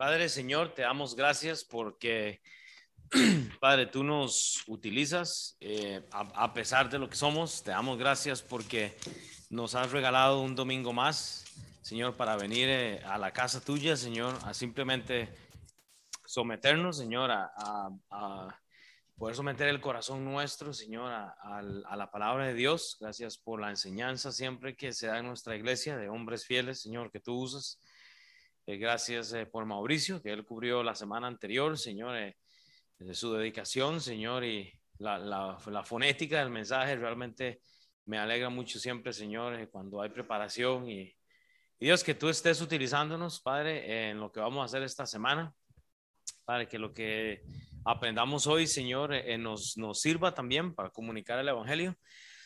Padre, Señor, te damos gracias porque, Padre, tú nos utilizas a pesar de lo que somos. Te damos gracias porque nos has regalado un domingo más, Señor, para venir a la casa tuya, Señor, a simplemente someternos, Señor, a poder someter el corazón nuestro, Señor, a la palabra de Dios. Gracias por la enseñanza siempre que se da en nuestra iglesia de hombres fieles, Señor, que tú usas. Gracias por Mauricio, que él cubrió la semana anterior, Señor, de su dedicación, Señor, y la fonética del mensaje realmente me alegra mucho siempre, Señor, cuando hay preparación y Dios, que tú estés utilizándonos, Padre, en lo que vamos a hacer esta semana, Padre, que lo que aprendamos hoy, Señor, nos sirva también para comunicar el Evangelio.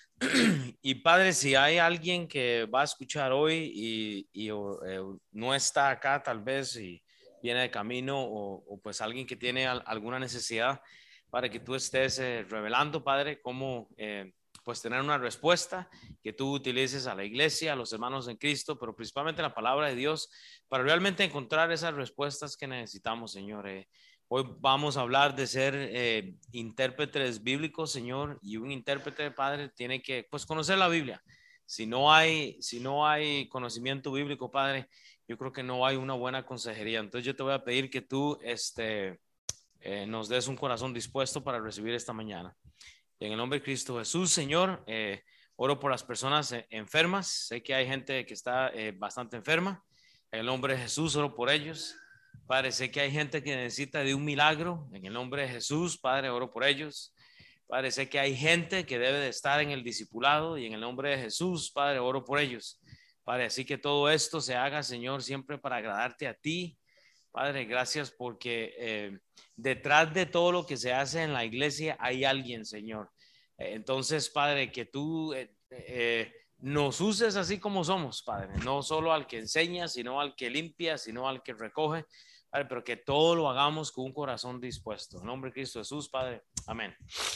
Y Padre, si hay alguien que va a escuchar hoy y no está acá tal vez y viene de camino o pues alguien que tiene alguna necesidad, para que tú estés revelando, Padre, cómo pues tener una respuesta, que tú utilices a la iglesia, a los hermanos en Cristo, pero principalmente la palabra de Dios, para realmente encontrar esas respuestas que necesitamos, Señor. Hoy vamos a hablar de ser intérpretes bíblicos, Señor, y un intérprete, Padre, tiene que pues conocer la Biblia. Si no hay conocimiento bíblico, Padre, yo creo que no hay una buena consejería. Entonces yo te voy a pedir que tú nos des un corazón dispuesto para recibir esta mañana. En el nombre de Cristo Jesús, Señor, oro por las personas enfermas. Sé que hay gente que está bastante enferma. En el nombre de Jesús, oro por ellos. Padre, sé que hay gente que necesita de un milagro. En el nombre de Jesús, Padre, oro por ellos. Padre, sé que hay gente que debe de estar en el discipulado y en el nombre de Jesús, Padre, oro por ellos. Padre, así que todo esto se haga, Señor, siempre para agradarte a ti. Padre, gracias porque detrás de todo lo que se hace en la iglesia hay alguien, Señor. Entonces, Padre, que tú nos uses así como somos, Padre, no solo al que enseña, sino al que limpia, sino al que recoge, Padre, pero que todo lo hagamos con un corazón dispuesto. En nombre de Cristo Jesús, Padre. Amén.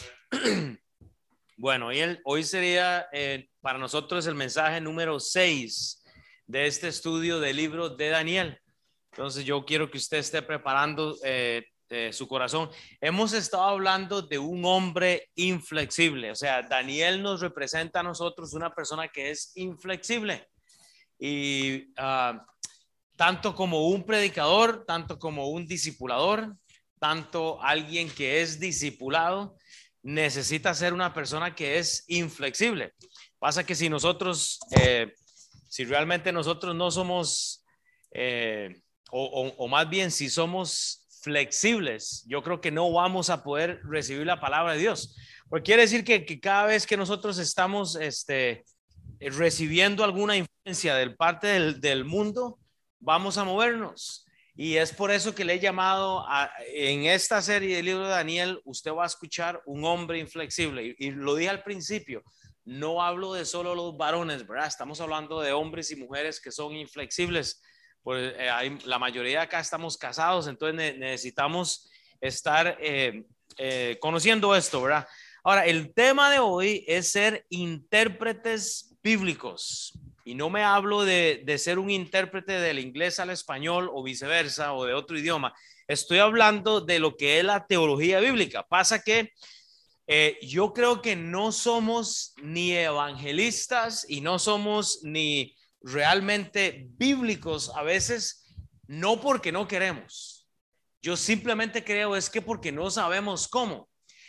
Bueno, hoy sería para nosotros el mensaje número 6 de este estudio del libro de Daniel. Entonces yo quiero que usted esté preparando su corazón. Hemos estado hablando de un hombre inflexible, o sea, Daniel nos representa a nosotros una persona que es inflexible y tanto como un predicador, tanto como un discipulador, tanto alguien que es discipulado, necesita ser una persona que es inflexible. Pasa que si nosotros, si realmente nosotros no somos, o más bien si somos flexibles, yo creo que no vamos a poder recibir la palabra de Dios. Porque quiere decir que cada vez que nosotros estamos recibiendo alguna influencia del parte del mundo, vamos a movernos. Y es por eso que le he llamado en esta serie del libro de Daniel, usted va a escuchar un hombre inflexible. Y lo dije al principio, no hablo de solo los varones, ¿verdad? Estamos hablando de hombres y mujeres que son inflexibles. Pues, la mayoría de acá estamos casados, entonces necesitamos estar conociendo esto, ¿verdad? Ahora, el tema de hoy es ser intérpretes bíblicos. Y no me hablo de ser un intérprete del inglés al español o viceversa o de otro idioma. Estoy hablando de lo que es la teología bíblica. Pasa que yo creo que no somos ni evangelistas y no somos ni realmente bíblicos a veces, no porque no queremos. Yo simplemente creo es que porque no sabemos cómo.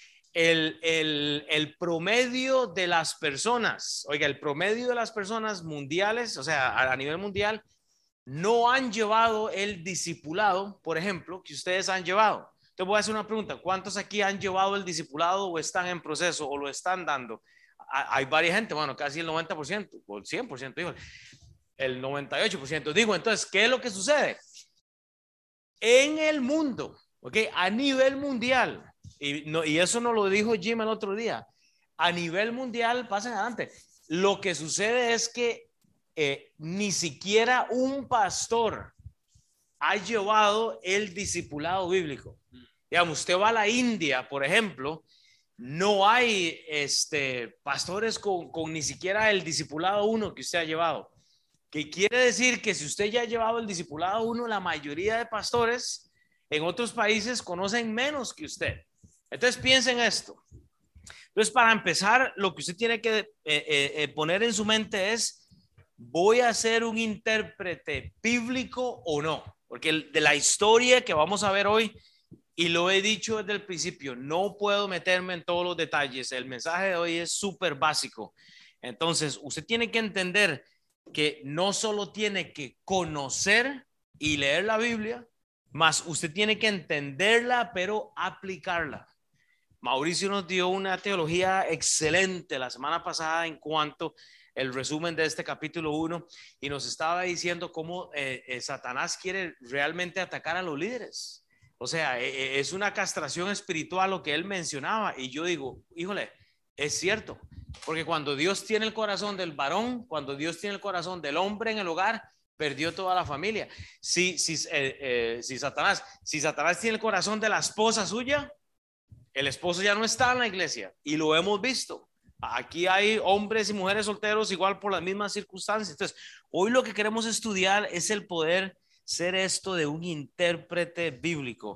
El promedio de las personas, oiga, el promedio de las personas mundiales, o sea, a nivel mundial, no han llevado el discipulado, por ejemplo, que ustedes han llevado. Te voy a hacer una pregunta, ¿cuántos aquí han llevado el discipulado o están en proceso o lo están dando? Hay varias gente, bueno, casi el 90% o el 100%, digo, el 98%. Digo, entonces, ¿qué es lo que sucede? En el mundo, ¿ok? A nivel mundial, y eso no lo dijo Jim el otro día, a nivel mundial, pasen adelante, lo que sucede es que ni siquiera un pastor ha llevado el discipulado bíblico. Digamos, usted va a la India, por ejemplo, no hay pastores con ni siquiera el discipulado uno que usted ha llevado. que quiere decir que si usted ya ha llevado el discipulado 1, la mayoría de pastores en otros países conocen menos que usted. Entonces piensen esto. Entonces, para empezar, lo que usted tiene que poner en su mente es: ¿voy a ser un intérprete bíblico o no? Porque de la historia que vamos a ver hoy, y lo he dicho desde el principio, no puedo meterme en todos los detalles. El mensaje de hoy es súper básico. Entonces, usted tiene que entender que no solo tiene que conocer y leer la Biblia, más usted tiene que entenderla, pero aplicarla. Mauricio nos dio una teología excelente la semana pasada en cuanto el resumen de este capítulo 1, y nos estaba diciendo cómo Satanás quiere realmente atacar a los líderes. O sea, es una castración espiritual lo que él mencionaba, y yo digo, híjole, es cierto, porque cuando Dios tiene el corazón del varón, cuando Dios tiene el corazón del hombre en el hogar, perdió toda la familia. Si Satanás tiene el corazón de la esposa suya, el esposo ya no está en la iglesia, y lo hemos visto. Aquí hay hombres y mujeres solteros igual por las mismas circunstancias. Entonces, hoy lo que queremos estudiar es el poder ser esto de un intérprete bíblico.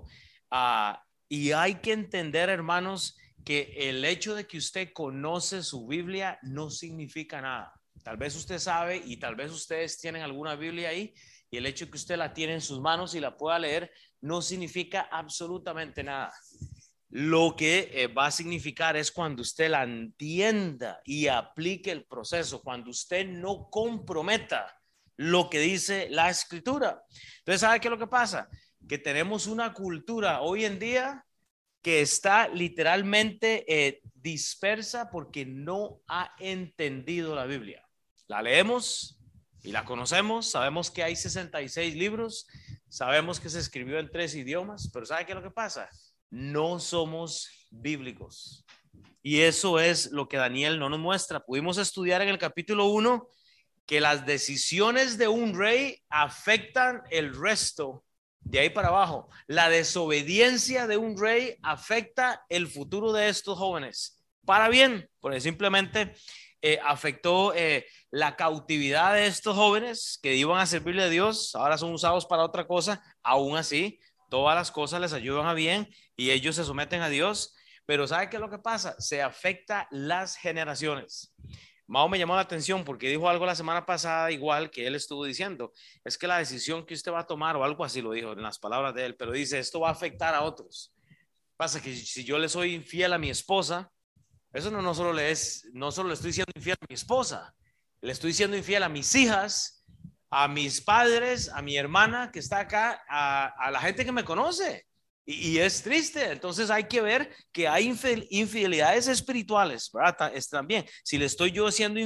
Y hay que entender, hermanos, que el hecho de que usted conoce su Biblia no significa nada. Tal vez usted sabe, y tal vez ustedes tienen alguna Biblia ahí, y el hecho de que usted la tiene en sus manos y la pueda leer no significa absolutamente nada. Lo que va a significar es cuando usted la entienda y aplique el proceso, cuando usted no comprometa lo que dice la escritura. Entonces, ¿sabe qué es lo que pasa? Que tenemos una cultura hoy en día que está literalmente dispersa porque no ha entendido la Biblia. La leemos y la conocemos, sabemos que hay 66 libros, sabemos que se escribió en 3 idiomas, pero ¿sabe qué es lo que pasa? No somos bíblicos. Y eso es lo que Daniel no nos muestra. Pudimos estudiar en el capítulo 1 que las decisiones de un rey afectan el resto de ahí para abajo. La desobediencia de un rey afecta el futuro de estos jóvenes. Para bien, porque simplemente afectó la cautividad de estos jóvenes que iban a servirle a Dios, ahora son usados para otra cosa. Aún así, todas las cosas les ayudan a bien y ellos se someten a Dios. Pero ¿sabe qué es lo que pasa? Se afecta las generaciones. Mao me llamó la atención porque dijo algo la semana pasada igual que él estuvo diciendo. Es que la decisión que usted va a tomar, o algo así lo dijo en las palabras de él, pero dice, esto va a afectar a otros. Pasa que si yo le soy infiel a mi esposa, eso no solo le estoy siendo infiel a mi esposa, le estoy siendo infiel a mis hijas, a mis padres, a mi hermana que está acá, a la gente que me conoce. Y es triste. Entonces hay que ver que hay infidelidades espirituales, ¿verdad? También, si le estoy yo siendo,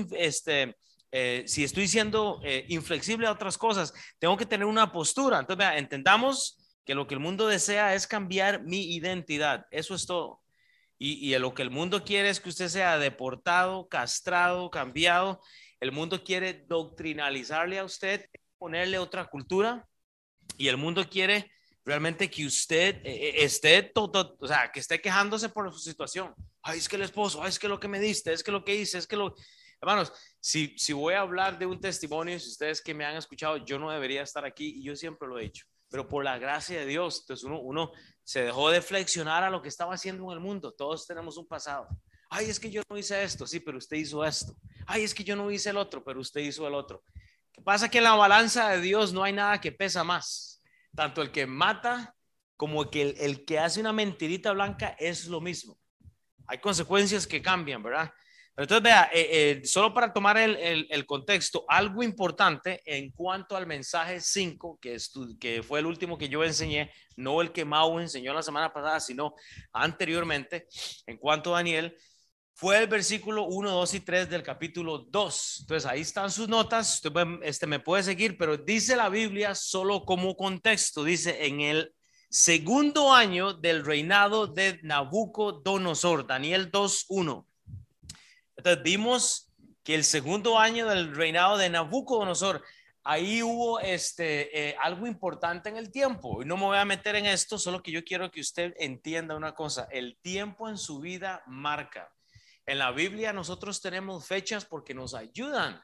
si estoy siendo inflexible a otras cosas, tengo que tener una postura. Entonces, vea, entendamos que lo que el mundo desea es cambiar mi identidad. Eso es todo. Y lo que el mundo quiere es que usted sea deportado, castrado, cambiado. El mundo quiere doctrinalizarle a usted, ponerle otra cultura, y el mundo quiere realmente que usted esté todo, o sea, que esté quejándose por su situación. Ay, es que el esposo, ay, es que lo que me diste, es que lo que hice, es que lo... Hermanos, si voy a hablar de un testimonio, si ustedes que me han escuchado, yo no debería estar aquí, y yo siempre lo he dicho, pero por la gracia de Dios, entonces uno se dejó de flexionar a lo que estaba haciendo en el mundo. Todos tenemos un pasado. Ay, es que yo no hice esto, sí, pero usted hizo esto. Ay, es que yo no hice el otro, pero usted hizo el otro. ¿Qué pasa? Que en la balanza de Dios no hay nada que pesa más. Tanto el que mata como el que hace una mentirita blanca es lo mismo. Hay consecuencias que cambian, ¿verdad? Pero entonces, vea, solo para tomar el contexto, algo importante en cuanto al mensaje 5, que fue el último que yo enseñé, no el que Mau enseñó la semana pasada, sino anteriormente, en cuanto a Daniel, fue el versículo 1, 2 y 3 del capítulo 2. Entonces, ahí están sus notas, usted me puede seguir, pero dice la Biblia solo como contexto, dice en el segundo año del reinado de Nabucodonosor, Daniel 2:1. Entonces vimos que el segundo año del reinado de Nabucodonosor, ahí hubo algo importante en el tiempo. Y no me voy a meter en esto, solo que yo quiero que usted entienda una cosa: el tiempo en su vida marca. En la Biblia nosotros tenemos fechas porque nos ayudan.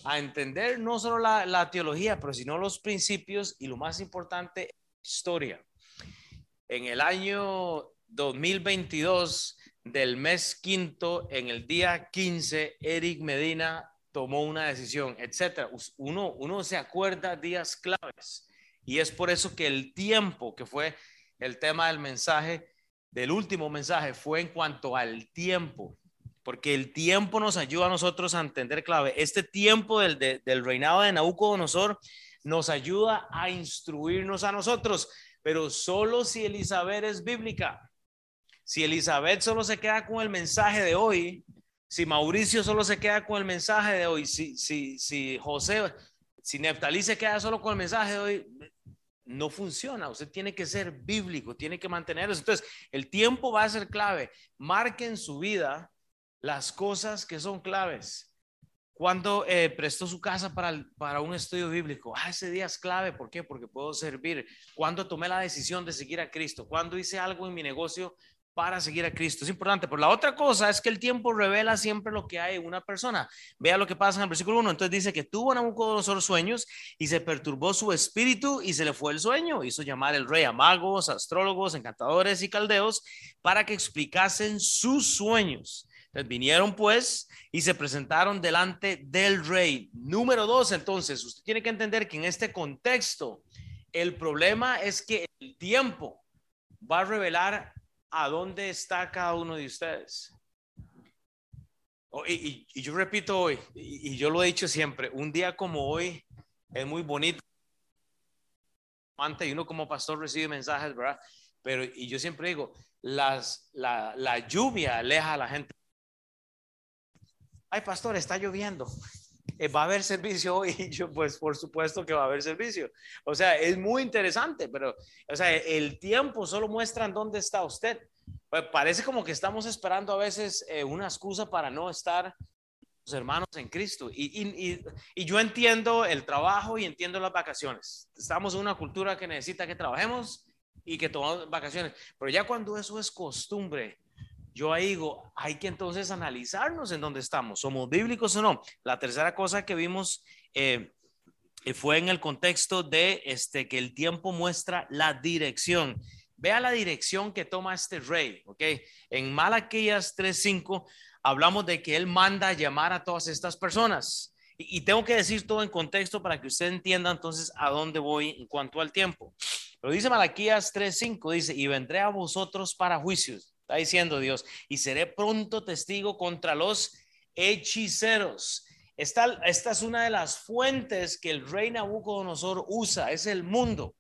a entender no solo la teología, pero sino los principios y lo más importante, historia. En el año 2022 del mes quinto, en el día 15, Eric Medina tomó una decisión, etcétera. Uno se acuerda días claves y es por eso que el tiempo, que fue el tema del mensaje, del último mensaje, fue en cuanto al tiempo, porque el tiempo nos ayuda a nosotros a entender clave. Este tiempo del reinado de Nabucodonosor nos ayuda a instruirnos a nosotros, pero solo si Elizabeth es bíblica. Si Elizabeth solo se queda con el mensaje de hoy, si Mauricio solo se queda con el mensaje de hoy, si José, si Neftalí se queda solo con el mensaje de hoy, no funciona. Usted tiene que ser bíblico, tiene que mantenerlo. Entonces, el tiempo va a ser clave. Marque en su vida las cosas que son claves. Cuando prestó su casa para un estudio bíblico, ese día es clave. ¿Por qué? Porque puedo servir. Cuando tomé la decisión de seguir a Cristo, cuando hice algo en mi negocio para seguir a Cristo, es importante. Pero la otra cosa es que el tiempo revela siempre lo que hay en una persona. Vea lo que pasa en el versículo 1. Entonces dice que tuvo Nabucodonosor sueños y se perturbó su espíritu y se le fue el sueño. Hizo llamar el rey a magos, astrólogos, encantadores y caldeos para que explicasen sus sueños. Entonces vinieron pues y se presentaron delante del rey. Número 2, entonces, usted tiene que entender que en este contexto, el problema es que el tiempo va a revelar a dónde está cada uno de ustedes. Y yo repito hoy, y yo lo he dicho siempre, un día como hoy es muy bonito. Y uno como pastor recibe mensajes, ¿verdad? Pero, y yo siempre digo, la lluvia aleja a la gente. Ay, pastor, está lloviendo. Va a haber servicio hoy. Y yo, pues, por supuesto que va a haber servicio. O sea, es muy interesante, pero, o sea, el tiempo solo muestra en dónde está usted. Pues, parece como que estamos esperando a veces una excusa para no estar los hermanos en Cristo. Y yo entiendo el trabajo y entiendo las vacaciones. Estamos en una cultura que necesita que trabajemos y que tomamos vacaciones. Pero ya cuando eso es costumbre, yo ahí digo, hay que entonces analizarnos en dónde estamos, somos bíblicos o no. La tercera cosa que vimos fue en el contexto de que el tiempo muestra la dirección. Vea la dirección que toma este rey, ¿ok? En Malaquías 3:5 hablamos de que él manda a llamar a todas estas personas. Y tengo que decir todo en contexto para que usted entienda entonces a dónde voy en cuanto al tiempo. Lo dice Malaquías 3:5, dice, y vendré a vosotros para juicios. Está diciendo Dios, y seré pronto testigo contra los hechiceros. Esta es una de las fuentes que el rey Nabucodonosor usa, es el mundo.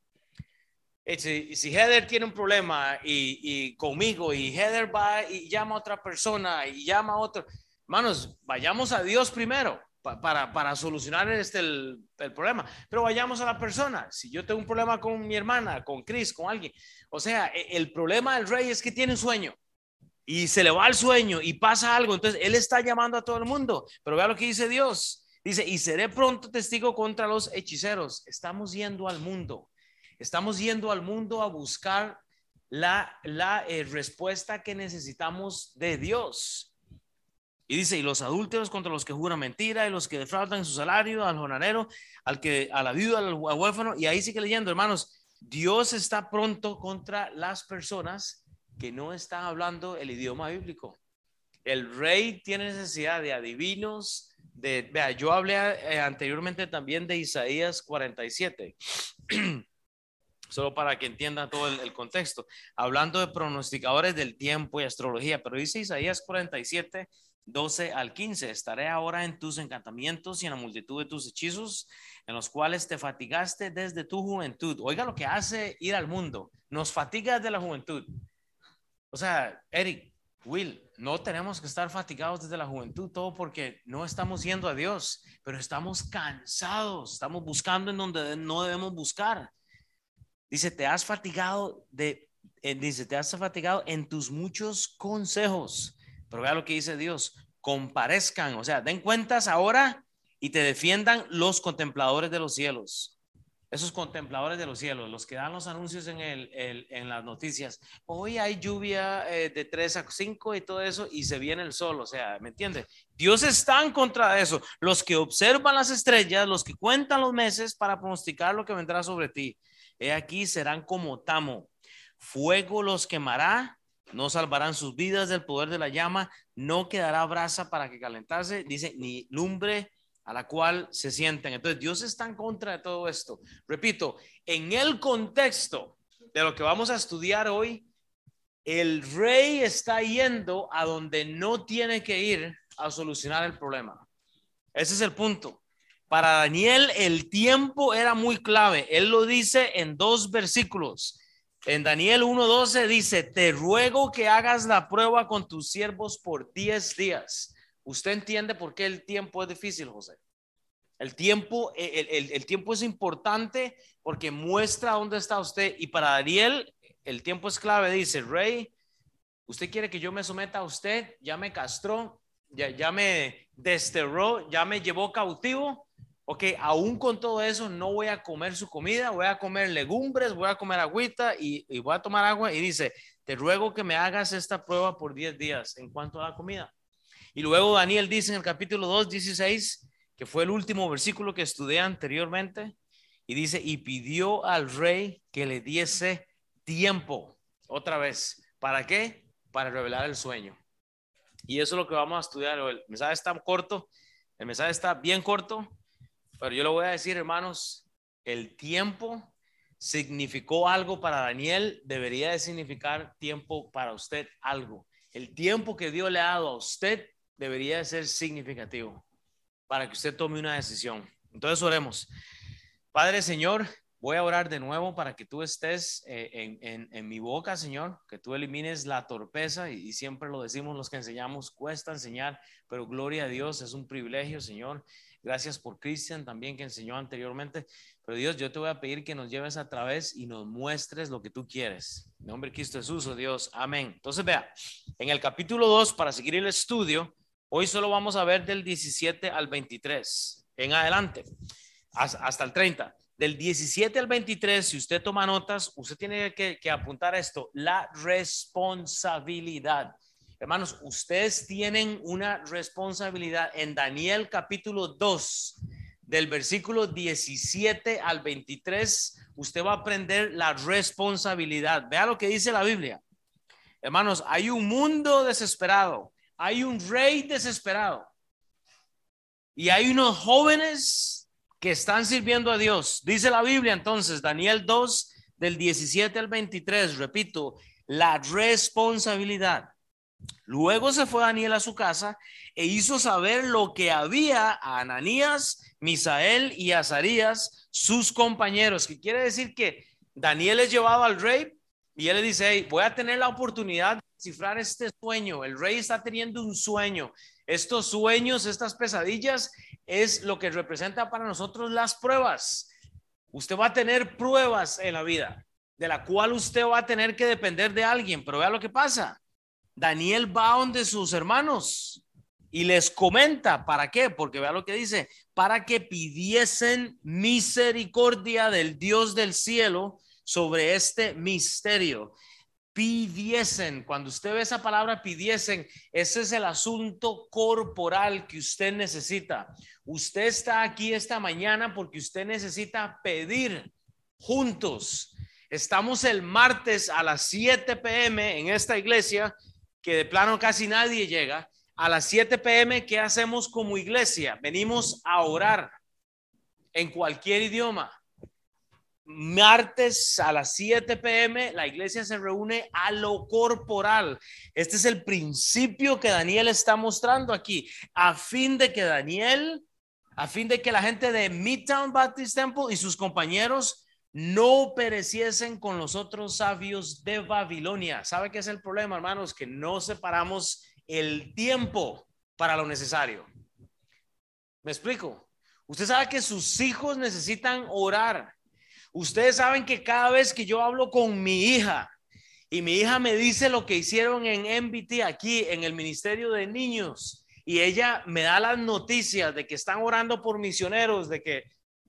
Si Heather tiene un problema y conmigo, y Heather va y llama a otra persona y llama a otro, hermanos, vayamos a Dios primero para solucionar el problema, pero vayamos a la persona. Si yo tengo un problema con mi hermana, con Chris, con alguien, o sea, el problema del rey es que tiene un sueño y se le va el sueño y pasa algo, entonces él está llamando a todo el mundo, pero vea lo que dice Dios, dice, y seré pronto testigo contra los hechiceros. Estamos yendo al mundo a buscar la respuesta que necesitamos de Dios. Y dice, y los adúlteros contra los que juran mentira, y los que defraudan su salario, al jornalero, a la viuda, al huérfano. Y ahí sigue leyendo, hermanos, Dios está pronto contra las personas que no están hablando el idioma bíblico. El rey tiene necesidad de adivinos. Vea, yo hablé anteriormente también de Isaías 47. Solo para que entiendan todo el contexto, hablando de pronosticadores del tiempo y astrología, pero dice Isaías 47, 12 al 15, estaré ahora en tus encantamientos y en la multitud de tus hechizos, en los cuales te fatigaste desde tu juventud. Oiga lo que hace ir al mundo, nos fatiga desde la juventud. O sea, Eric, Will, no tenemos que estar fatigados desde la juventud, todo porque no estamos yendo a Dios, pero estamos cansados, estamos buscando en donde no debemos buscar. Dice, te has fatigado en tus muchos consejos. Pero vea lo que dice Dios, comparezcan, o sea, den cuentas ahora y te defiendan los contempladores de los cielos. Esos contempladores de los cielos, los que dan los anuncios en las noticias. Hoy hay lluvia de 3 a 5 y todo eso, y se viene el sol. O sea, ¿me entiendes? Dios está en contra de eso. Los que observan las estrellas, los que cuentan los meses para pronosticar lo que vendrá sobre ti. He aquí serán como tamo. Fuego los quemará, no salvarán sus vidas del poder de la llama, no quedará brasa para que calentarse, dice, ni lumbre a la cual se sienten. Entonces Dios está en contra de todo esto. Repito, en el contexto de lo que vamos a estudiar hoy, el rey está yendo a donde no tiene que ir a solucionar el problema. Ese es el punto. Para Daniel el tiempo era muy clave. Él lo dice en 2 versículos. En Daniel 1:12 dice, te ruego que hagas la prueba con tus siervos por 10 días. ¿Usted entiende por qué el tiempo es difícil, José? El tiempo es importante porque muestra dónde está usted. Y para Daniel, el tiempo es clave. Dice, rey, usted quiere que yo me someta a usted, ya me castró, ya me desterró, ya me llevó cautivo. Ok, aún con todo eso, no voy a comer su comida, voy a comer legumbres, voy a comer agüita y voy a tomar agua. Y dice, te ruego que me hagas esta prueba por 10 días en cuanto a la comida. Y luego Daniel dice en el capítulo 2:16, que fue el último versículo que estudié anteriormente, y dice, y pidió al rey que le diese tiempo, otra vez, ¿para qué? Para revelar el sueño. Y eso es lo que vamos a estudiar hoy. El mensaje está corto, el mensaje está bien corto, pero yo le voy a decir, hermanos, el tiempo significó algo para Daniel, debería de significar tiempo para usted algo. El tiempo que Dios le ha dado a usted debería de ser significativo para que usted tome una decisión. Entonces oremos. Padre, Señor, voy a orar de nuevo para que tú estés en mi boca, Señor, que tú elimines la torpeza y siempre lo decimos los que enseñamos, cuesta enseñar, pero gloria a Dios, es un privilegio, Señor. Gracias por Cristian también que enseñó anteriormente, pero Dios, yo te voy a pedir que nos lleves a través y nos muestres lo que tú quieres. En nombre de Cristo Jesús, oh Dios, amén. Entonces vea, en el capítulo 2, para seguir el estudio, hoy solo vamos a ver del 17 al 23 en adelante, hasta el 30. Del 17 al 23, si usted toma notas, usted tiene que apuntar esto, la responsabilidad. Hermanos, ustedes tienen una responsabilidad. En Daniel capítulo 2, del versículo 17 al 23, usted va a aprender la responsabilidad. Vea lo que dice la Biblia. Hermanos, hay un mundo desesperado, hay un rey desesperado y hay unos jóvenes que están sirviendo a Dios. Dice la Biblia entonces, Daniel 2, del 17 al 23, repito, la responsabilidad. Luego se fue Daniel a su casa e hizo saber lo que había a Ananías, Misael y Azarías, sus compañeros, que quiere decir que Daniel es llevado al rey y él le dice, hey, voy a tener la oportunidad de descifrar este sueño. El rey está teniendo un sueño. Estos sueños, estas pesadillas, es lo que representa para nosotros las pruebas. Usted va a tener pruebas en la vida, de la cual usted va a tener que depender de alguien, pero vea lo que pasa. Daniel va donde sus hermanos y les comenta, ¿para qué? Porque vea lo que dice, para que pidiesen misericordia del Dios del cielo sobre este misterio. Pidiesen, cuando usted ve esa palabra pidiesen, ese es el asunto corporal que usted necesita. Usted está aquí esta mañana porque usted necesita pedir juntos. Estamos el martes a las 7 p.m. en esta iglesia, que de plano casi nadie llega. A las 7 p.m. ¿qué hacemos como iglesia? Venimos a orar en cualquier idioma. Martes a las 7 p.m. la iglesia se reúne a lo corporal. Este es el principio que Daniel está mostrando aquí, a fin de que la gente de Midtown Baptist Temple y sus compañeros no pereciesen con los otros sabios de Babilonia. ¿Sabe qué es el problema, hermanos? Que no separamos el tiempo para lo necesario. ¿Me explico? Usted sabe que sus hijos necesitan orar. Ustedes saben que cada vez que yo hablo con mi hija y mi hija me dice lo que hicieron en MBT aquí en el Ministerio de Niños y ella me da las noticias de que están orando por misioneros, de que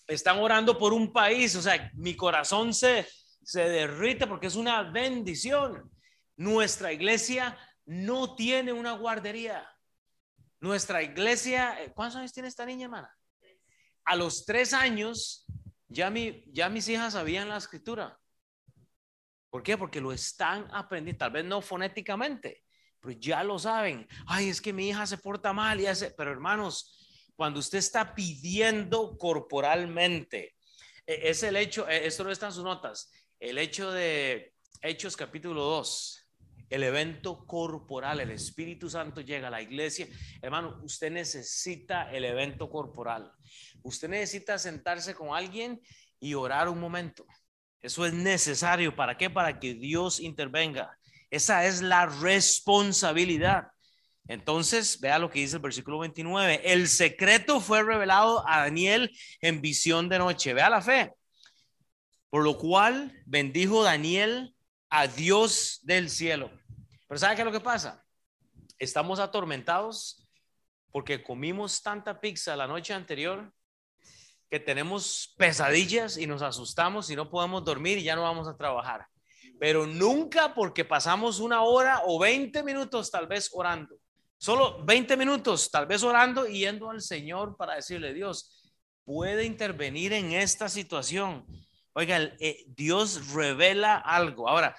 están orando por un país. O sea, mi corazón se derrite porque es una bendición. Nuestra iglesia no tiene una guardería. Nuestra iglesia, ¿cuántos años tiene esta niña, hermana? A los 3 años ya mis hijas sabían la escritura. ¿Por qué? Porque lo están aprendiendo, tal vez no fonéticamente, pero ya lo saben. Ay, es que mi hija se porta mal y hace, pero hermanos, cuando usted está pidiendo corporalmente, es el hecho, esto no está en sus notas, el hecho de Hechos capítulo 2, el evento corporal, el Espíritu Santo llega a la iglesia. Hermano, usted necesita el evento corporal. Usted necesita sentarse con alguien y orar un momento. Eso es necesario. ¿Para qué? Para que Dios intervenga. Esa es la responsabilidad. Entonces, vea lo que dice el versículo 29. El secreto fue revelado a Daniel en visión de noche. Vea la fe. Por lo cual bendijo Daniel a Dios del cielo. Pero ¿sabe qué es lo que pasa? Estamos atormentados porque comimos tanta pizza la noche anterior que tenemos pesadillas y nos asustamos y no podemos dormir y ya no vamos a trabajar. Pero nunca porque pasamos 1 hora o 20 minutos tal vez orando. Solo 20 minutos tal vez orando y yendo al Señor para decirle: Dios, puede intervenir en esta situación. Oiga, Dios revela algo. Ahora,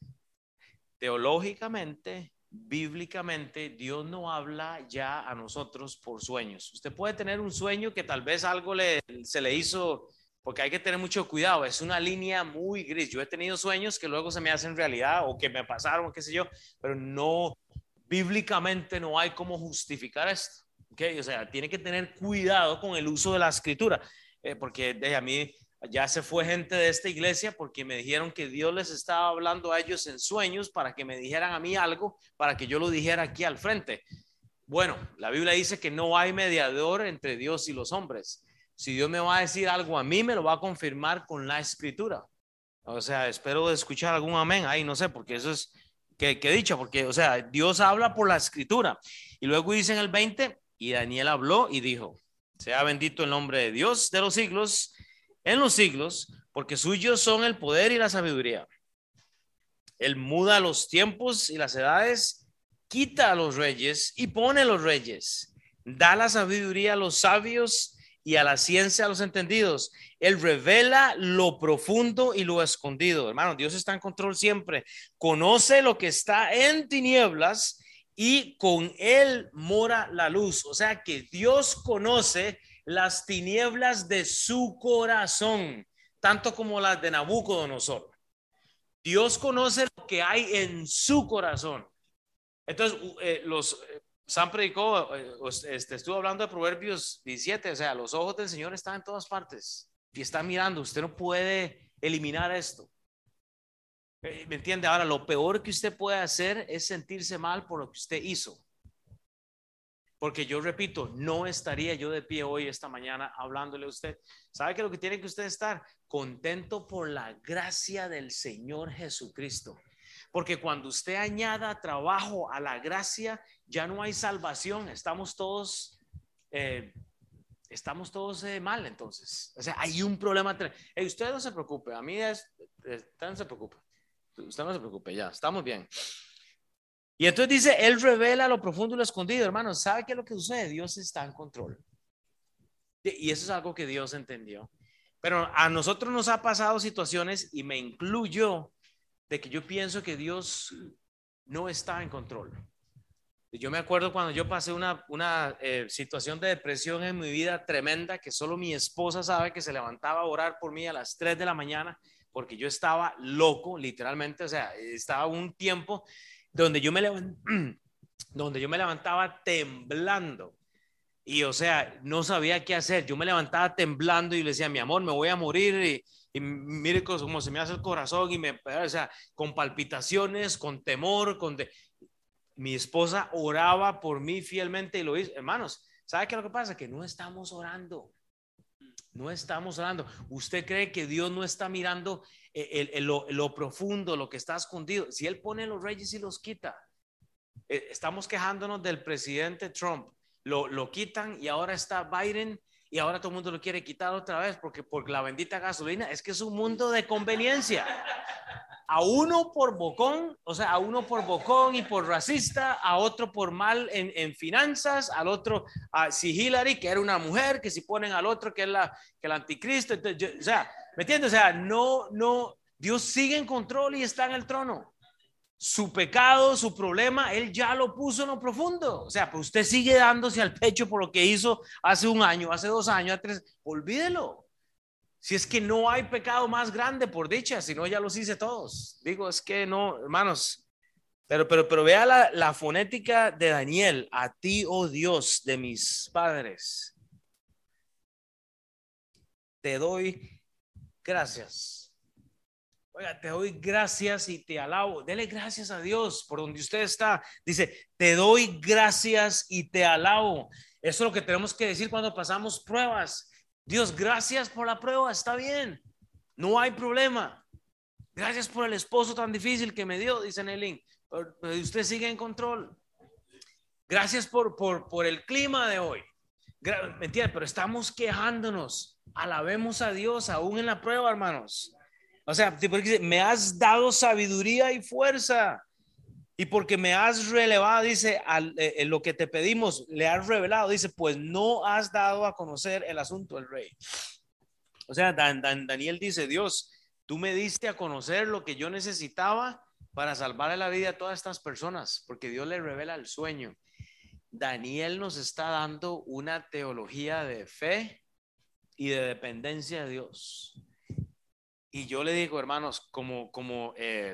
teológicamente, bíblicamente, Dios no habla ya a nosotros por sueños. Usted puede tener un sueño que tal vez algo se le hizo, porque hay que tener mucho cuidado. Es una línea muy gris. Yo he tenido sueños que luego se me hacen realidad o que me pasaron, qué sé yo, pero no, bíblicamente no hay cómo justificar esto. ¿Okay? O sea, tiene que tener cuidado con el uso de la escritura, porque a mí ya se fue gente de esta iglesia porque me dijeron que Dios les estaba hablando a ellos en sueños para que me dijeran a mí algo, para que yo lo dijera aquí al frente. Bueno, la Biblia dice que no hay mediador entre Dios y los hombres. Si Dios me va a decir algo a mí, me lo va a confirmar con la escritura. O sea, espero escuchar algún amén ahí, no sé, porque eso es que he dicho, porque, o sea, Dios habla por la escritura. Y luego dice en el 20, y Daniel habló y dijo: sea bendito el nombre de Dios de los siglos, en los siglos, porque suyos son el poder y la sabiduría. Él muda los tiempos y las edades, quita a los reyes y pone a los reyes, da la sabiduría a los sabios y a la ciencia a los entendidos. Él revela lo profundo y lo escondido. Hermano, Dios está en control siempre. Conoce lo que está en tinieblas y con él mora la luz. O sea que Dios conoce las tinieblas de su corazón, tanto como las de Nabucodonosor. Dios conoce lo que hay en su corazón. Entonces, Sam predicó, estuvo hablando de Proverbios 17, o sea, los ojos del Señor están en todas partes y está mirando. Usted no puede eliminar esto. ¿Me entiende? Ahora, lo peor que usted puede hacer es sentirse mal por lo que usted hizo. Porque yo repito, no estaría yo de pie hoy, esta mañana, hablándole a usted. ¿Sabe que lo que tiene que usted estar? Contento por la gracia del Señor Jesucristo. Porque cuando usted añada trabajo a la gracia, ya no hay salvación. Estamos todos mal, entonces. O sea, hay un problema. Usted no se preocupe. A mí usted no se preocupe. Usted no se preocupe, ya, estamos bien. Y entonces dice, él revela lo profundo y lo escondido. Hermanos, ¿sabe qué es lo que sucede? Dios está en control. Y eso es algo que Dios entendió. Pero a nosotros nos ha pasado situaciones, y me incluyo, de que yo pienso que Dios no está en control. Yo me acuerdo cuando yo pasé una situación de depresión en mi vida tremenda, que solo mi esposa sabe, que se levantaba a orar por mí a las 3 de la mañana, porque yo estaba loco, literalmente. O sea, estaba un tiempo donde yo me levantaba temblando. Y o sea, no sabía qué hacer. Yo me levantaba temblando y le decía: mi amor, me voy a morir. Y mire cómo se me hace el corazón, o sea, con palpitaciones, con temor, mi esposa oraba por mí fielmente y lo hizo. Hermanos, ¿sabe qué es lo que pasa? Que no estamos orando. No estamos orando. ¿Usted cree que Dios no está mirando lo profundo, lo que está escondido? Si Él pone los reyes y los quita. Estamos quejándonos del presidente Trump. Lo quitan y ahora está Biden y ahora todo el mundo lo quiere quitar otra vez porque por la bendita gasolina. Es que es un mundo de conveniencia. A uno por bocón, o sea, a uno por bocón y por racista, a otro por mal en finanzas, al otro, si Hillary, que era una mujer, que si ponen al otro que es que el anticristo, entonces, o sea, ¿me entiendes? O sea, no, Dios sigue en control y está en el trono. Su pecado, su problema, Él ya lo puso en lo profundo. O sea, pues usted sigue dándose al pecho por lo que hizo hace un año, hace 2 años, hace 3, olvídelo. Si es que no hay pecado más grande, por dicha, si no ya los hice todos. Digo, es que no, hermanos. Pero vea la fonética de Daniel. A ti, oh Dios de mis padres, te doy gracias. Oiga, te doy gracias y te alabo. Dele gracias a Dios por donde usted está. Dice, te doy gracias y te alabo. Eso es lo que tenemos que decir cuando pasamos pruebas. Dios, gracias por la prueba, está bien. No hay problema. Gracias por el esposo tan difícil que me dio, dice Nelly. Pero usted sigue en control. Gracias por el clima de hoy. ¿Me entiendes? Pero estamos quejándonos. Alabemos a Dios aún en la prueba, hermanos. O sea, porque me has dado sabiduría y fuerza. Y porque me has relevado, dice, lo que te pedimos, le has revelado, dice, pues no has dado a conocer el asunto del rey. O sea, Daniel dice, Dios, tú me diste a conocer lo que yo necesitaba para salvar la vida a todas estas personas, porque Dios le revela el sueño. Daniel nos está dando una teología de fe y de dependencia de Dios. Y yo le digo, hermanos, como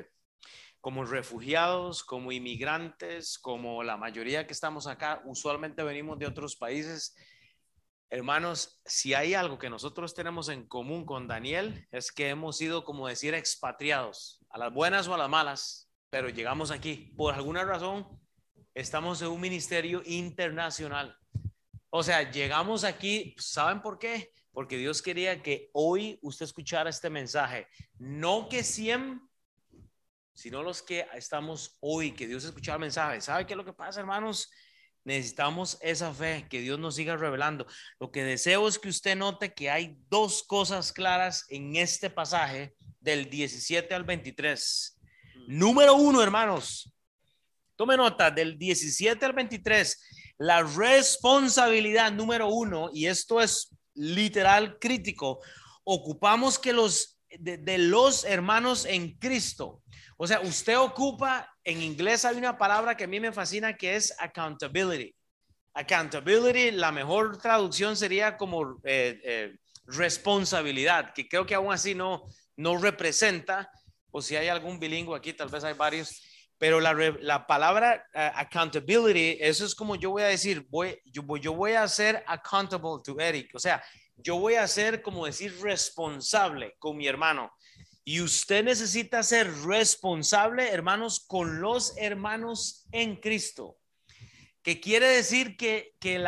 refugiados, como inmigrantes, como la mayoría que estamos acá, usualmente venimos de otros países. Hermanos, si hay algo que nosotros tenemos en común con Daniel, es que hemos sido, como decir, expatriados, a las buenas o a las malas, pero llegamos aquí. Por alguna razón, estamos en un ministerio internacional. O sea, llegamos aquí, ¿saben por qué? Porque Dios quería que hoy usted escuchara este mensaje. No que 100, sino los que estamos hoy, que Dios escuchara el mensaje. ¿Sabe qué es lo que pasa, hermanos? Necesitamos esa fe, que Dios nos siga revelando. Lo que deseo es que usted note que hay dos cosas claras en este pasaje del 17 al 23. Número uno, hermanos, tome nota, del 17 al 23, la responsabilidad número uno, y esto es literal crítico, ocupamos que de los hermanos en Cristo. O sea, usted ocupa, en inglés hay una palabra que a mí me fascina que es accountability. Accountability, la mejor traducción sería como responsabilidad, que creo que aún así no representa, o si hay algún bilingüe aquí, tal vez hay varios, pero la palabra accountability, eso es como yo voy a decir, yo voy a ser accountable to Eric, o sea, yo voy a ser como decir responsable con mi hermano. Y usted necesita ser responsable, hermanos, con los hermanos en Cristo. Que quiere decir que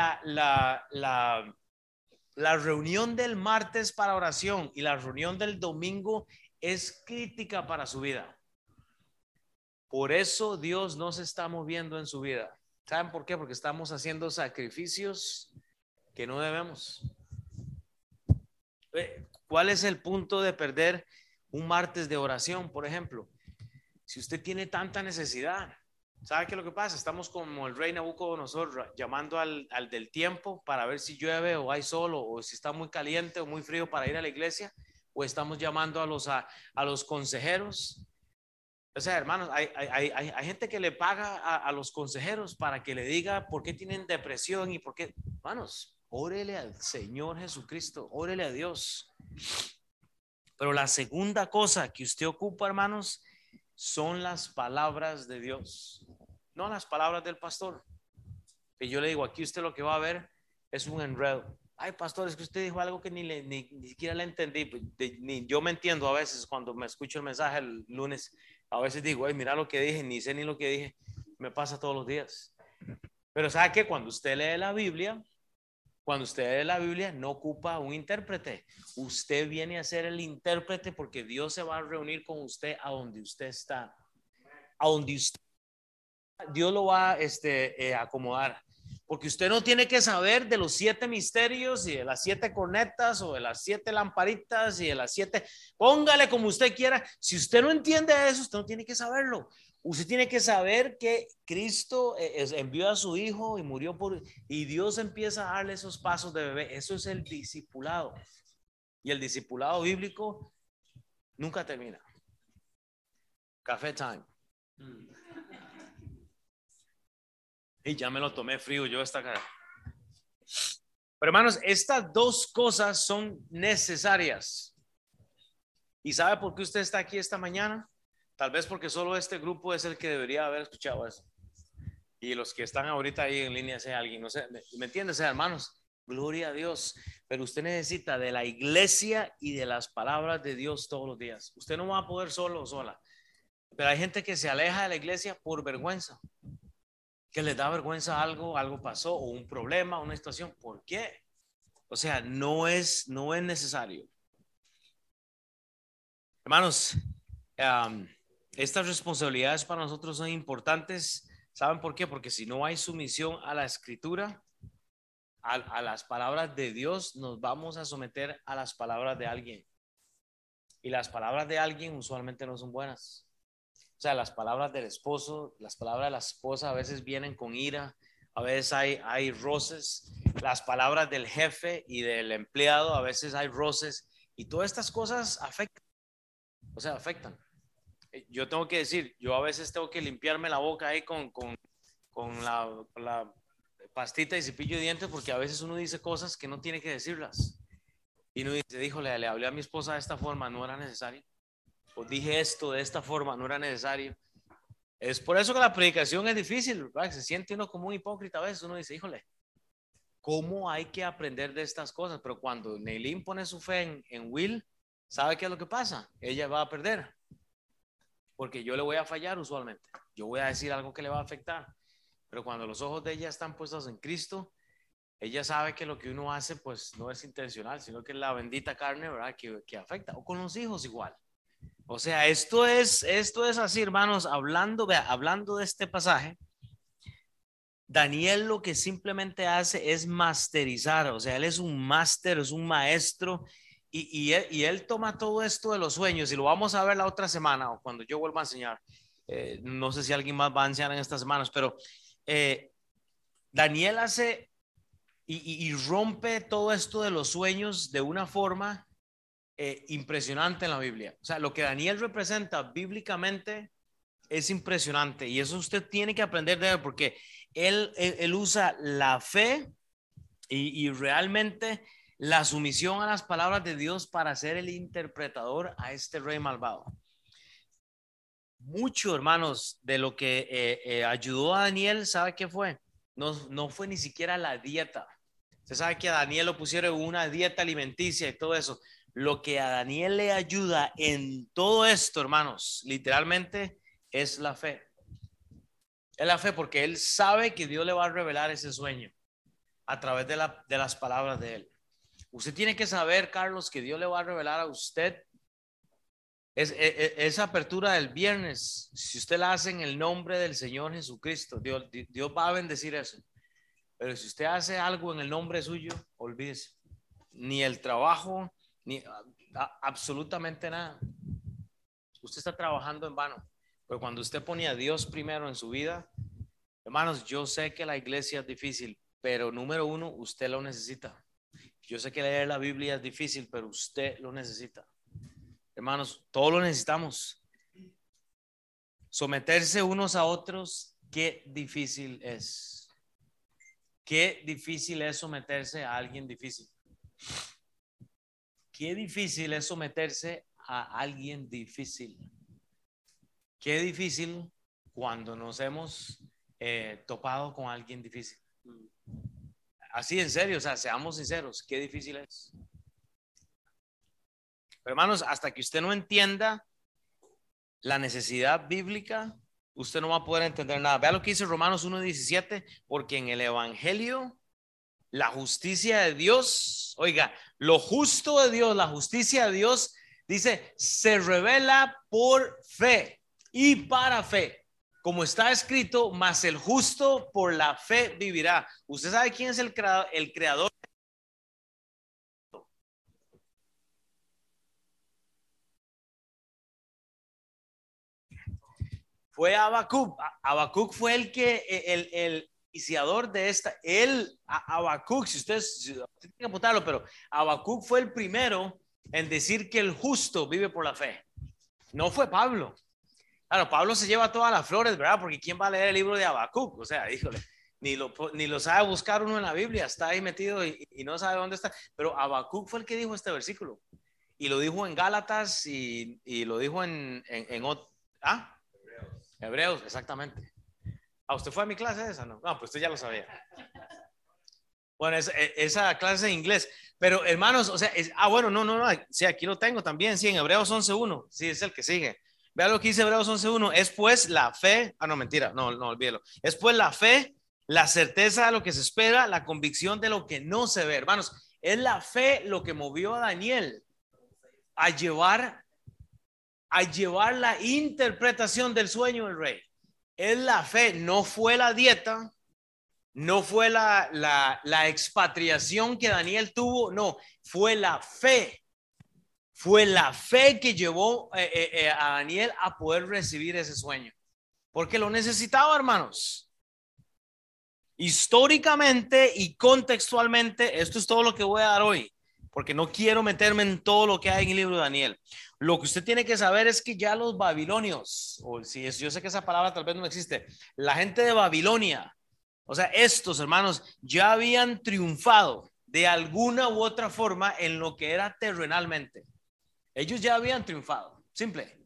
la reunión del martes para oración y la reunión del domingo es crítica para su vida. Por eso Dios no se está moviendo en su vida. ¿Saben por qué? Porque estamos haciendo sacrificios que no debemos. ¿Cuál es el punto de perder un martes de oración, por ejemplo? Si usted tiene tanta necesidad, ¿sabe qué es lo que pasa? Estamos como el rey Nabucodonosor llamando al del tiempo para ver si llueve o hay sol o si está muy caliente o muy frío para ir a la iglesia, o estamos llamando a los consejeros. O sea, hermanos, hay gente que le paga a los consejeros para que le diga por qué tienen depresión y por qué. Hermanos, órele al Señor Jesucristo, órele a Dios. Pero la segunda cosa que usted ocupa, hermanos, son las palabras de Dios, no las palabras del pastor. Y yo le digo, aquí usted lo que va a ver es un enredo. Ay, pastor, es que usted dijo algo que ni siquiera le entendí. Ni yo me entiendo a veces cuando me escucho el mensaje el lunes. A veces digo, ay, mira lo que dije, ni sé ni lo que dije. Me pasa todos los días. Pero ¿sabe qué? Cuando usted lee la Biblia, no ocupa un intérprete. Usted viene a ser el intérprete porque Dios se va a reunir con usted a donde usted está. A donde usted, Dios lo va a acomodar. Porque usted no tiene que saber de los 7 misterios y de las 7 cornetas o de las 7 lamparitas y de las 7, póngale como usted quiera. Si usted no entiende eso, usted no tiene que saberlo. Usted tiene que saber que Cristo envió a su Hijo y murió y Dios empieza a darle esos pasos de bebé. Eso es el discipulado. Y el discipulado bíblico nunca termina. Café time. Y ya me lo tomé frío yo esta cara. Pero hermanos, estas 2 cosas son necesarias. ¿Y sabe por qué usted está aquí esta mañana? Tal vez porque solo este grupo es el que debería haber escuchado eso. Y los que están ahorita ahí en línea, sea alguien, no sé, ¿me entiende? Sea, hermanos, gloria a Dios. Pero usted necesita de la iglesia y de las palabras de Dios todos los días. Usted no va a poder solo o sola. Pero hay gente que se aleja de la iglesia por vergüenza. Que les da vergüenza algo pasó o un problema, una situación. ¿Por qué? O sea, no es necesario. Hermanos, estas responsabilidades para nosotros son importantes. ¿Saben por qué? Porque si no hay sumisión a la escritura, a las palabras de Dios, nos vamos a someter a las palabras de alguien. Y las palabras de alguien usualmente no son buenas. O sea, las palabras del esposo, las palabras de la esposa a veces vienen con ira, a veces hay roces. Las palabras del jefe y del empleado, a veces hay roces. Y todas estas cosas afectan. O sea, afectan. Yo tengo que decir, yo a veces tengo que limpiarme la boca ahí con la pastita y cepillo de dientes, porque a veces uno dice cosas que no tiene que decirlas. Y uno dice, híjole, le hablé a mi esposa de esta forma, no era necesario. O dije esto de esta forma, no era necesario. Es por eso que la predicación es difícil, ¿verdad? Se siente uno como un hipócrita a veces. Uno dice, híjole, ¿cómo hay que aprender de estas cosas? Pero cuando Neilín pone su fe en Will, ¿sabe qué es lo que pasa? Ella va a perder. Porque yo le voy a fallar usualmente. Yo voy a decir algo que le va a afectar. Pero cuando los ojos de ella están puestos en Cristo, ella sabe que lo que uno hace pues no es intencional, sino que es la bendita carne, ¿verdad? Que afecta. O con los hijos igual. O sea, esto es así, hermanos, hablando de este pasaje. Daniel lo que simplemente hace es masterizar, o sea, él es un máster, es un maestro, y él toma todo esto de los sueños, y lo vamos a ver la otra semana, o cuando yo vuelva a enseñar. No sé si alguien más va a enseñar en estas semanas, pero Daniel hace y rompe todo esto de los sueños de una forma impresionante en la Biblia. O sea, lo que Daniel representa bíblicamente es impresionante, y eso usted tiene que aprender de él, porque él usa la fe y realmente la sumisión a las palabras de Dios para ser el interpretador a este rey malvado. Mucho, hermanos, de lo que ayudó a Daniel, ¿sabe qué fue? No fue ni siquiera la dieta. Usted sabe que a Daniel lo pusieron una dieta alimenticia y todo eso. Lo que a Daniel le ayuda en todo esto, hermanos, literalmente es la fe. Es la fe, porque él sabe que Dios le va a revelar ese sueño a través de las palabras de él. Usted tiene que saber, Carlos, que Dios le va a revelar a usted esa apertura del viernes. Si usted la hace en el nombre del Señor Jesucristo, Dios va a bendecir eso. Pero si usted hace algo en el nombre suyo, olvídese. Ni el trabajo, ni absolutamente nada. Usted está trabajando en vano. Pero cuando usted pone a Dios primero en su vida, hermanos, yo sé que la iglesia es difícil, pero número uno, usted lo necesita. Yo sé que leer la Biblia es difícil, pero usted lo necesita. Hermanos, todos lo necesitamos. Someterse unos a otros, qué difícil es. Qué difícil es someterse a alguien difícil. Qué difícil es someterse a alguien difícil. Qué difícil cuando nos hemos topado con alguien difícil. Así en serio, o sea, seamos sinceros, qué difícil es. Pero hermanos, hasta que usted no entienda la necesidad bíblica, usted no va a poder entender nada. Vea lo que dice Romanos 1:17, porque en el evangelio la justicia de Dios, oiga, lo justo de Dios, la justicia de Dios, dice, se revela por fe y para fe. como está escrito, mas el justo por la fe vivirá. ¿Usted sabe quién es el creador? Fue Habacuc. Habacuc fue el iniciador de esta. Habacuc, si usted tiene que apuntarlo, pero Habacuc fue el primero en decir que el justo vive por la fe. No fue Pablo. Claro, Pablo se lleva todas las flores, ¿verdad? Porque ¿quién va a leer el libro de Habacuc? O sea, híjole, ni lo sabe buscar uno en la Biblia, está ahí metido y no sabe dónde está. Pero Habacuc fue el que dijo este versículo. Y lo dijo en Gálatas y lo dijo ¿ah? Hebreos, exactamente. ¿Usted fue a mi clase esa? No, pues usted ya lo sabía. Bueno, esa clase de inglés. Pero hermanos, o sea, bueno, no, sí, aquí lo tengo también, sí, en Hebreos 11:1, sí, es el que sigue. Vea lo que dice Hebreos 11:1, es pues la fe, no, mentira, no, olvídelo. Es pues la fe, la certeza de lo que se espera, la convicción de lo que no se ve. Hermanos, es la fe lo que movió a Daniel a llevar la interpretación del sueño del rey. Es la fe, no fue la dieta, no fue la expatriación que Daniel tuvo, no, fue la fe. Fue la fe que llevó a Daniel a poder recibir ese sueño. Porque lo necesitaba, hermanos. Históricamente y contextualmente, esto es todo lo que voy a dar hoy, porque no quiero meterme en todo lo que hay en el libro de Daniel. Lo que usted tiene que saber es que ya los babilonios, o si yo sé que esa palabra tal vez no existe, la gente de Babilonia, o sea, estos hermanos ya habían triunfado de alguna u otra forma en lo que era terrenalmente. Ellos ya habían triunfado, simple.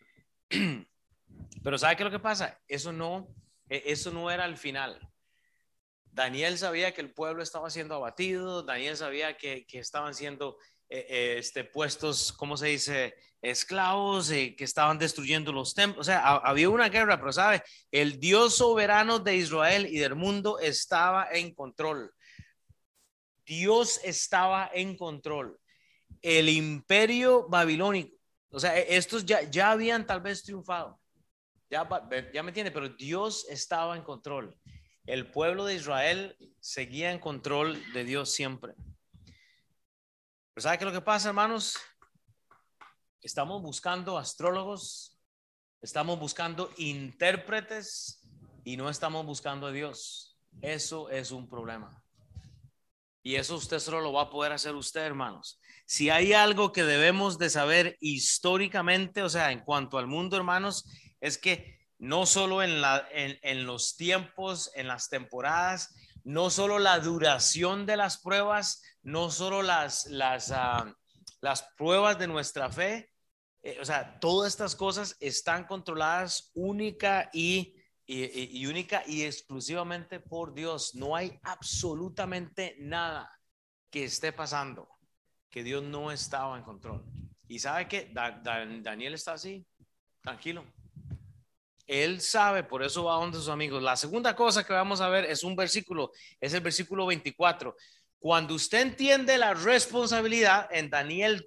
Pero ¿sabe qué es lo que pasa? Eso no era el final. Daniel sabía que el pueblo estaba siendo abatido, Daniel sabía que estaban siendo puestos, ¿cómo se dice? Esclavos, que estaban destruyendo los templos. O sea, había una guerra, pero ¿sabe? El Dios soberano de Israel y del mundo estaba en control. Dios estaba en control. El imperio babilónico, o sea, estos ya habían tal vez triunfado. Ya me entiende, pero Dios estaba en control. El pueblo de Israel seguía en control de Dios siempre. Pero ¿sabe qué es lo que pasa, hermanos? Estamos buscando astrólogos, estamos buscando intérpretes y no estamos buscando a Dios. Eso es un problema. Y eso usted solo lo va a poder hacer usted, hermanos. Si hay algo que debemos de saber históricamente, o sea, en cuanto al mundo, hermanos, es que no solo en los tiempos, en las temporadas, no solo la duración de las pruebas, no solo las pruebas de nuestra fe, o sea, todas estas cosas están controladas única y única y exclusivamente por Dios. No hay absolutamente nada que esté pasando que Dios no estaba en control. Y sabe que Daniel está así, tranquilo. Él sabe, por eso va donde sus amigos. La segunda cosa que vamos a ver es un versículo, es el versículo 24. Cuando usted entiende la responsabilidad en Daniel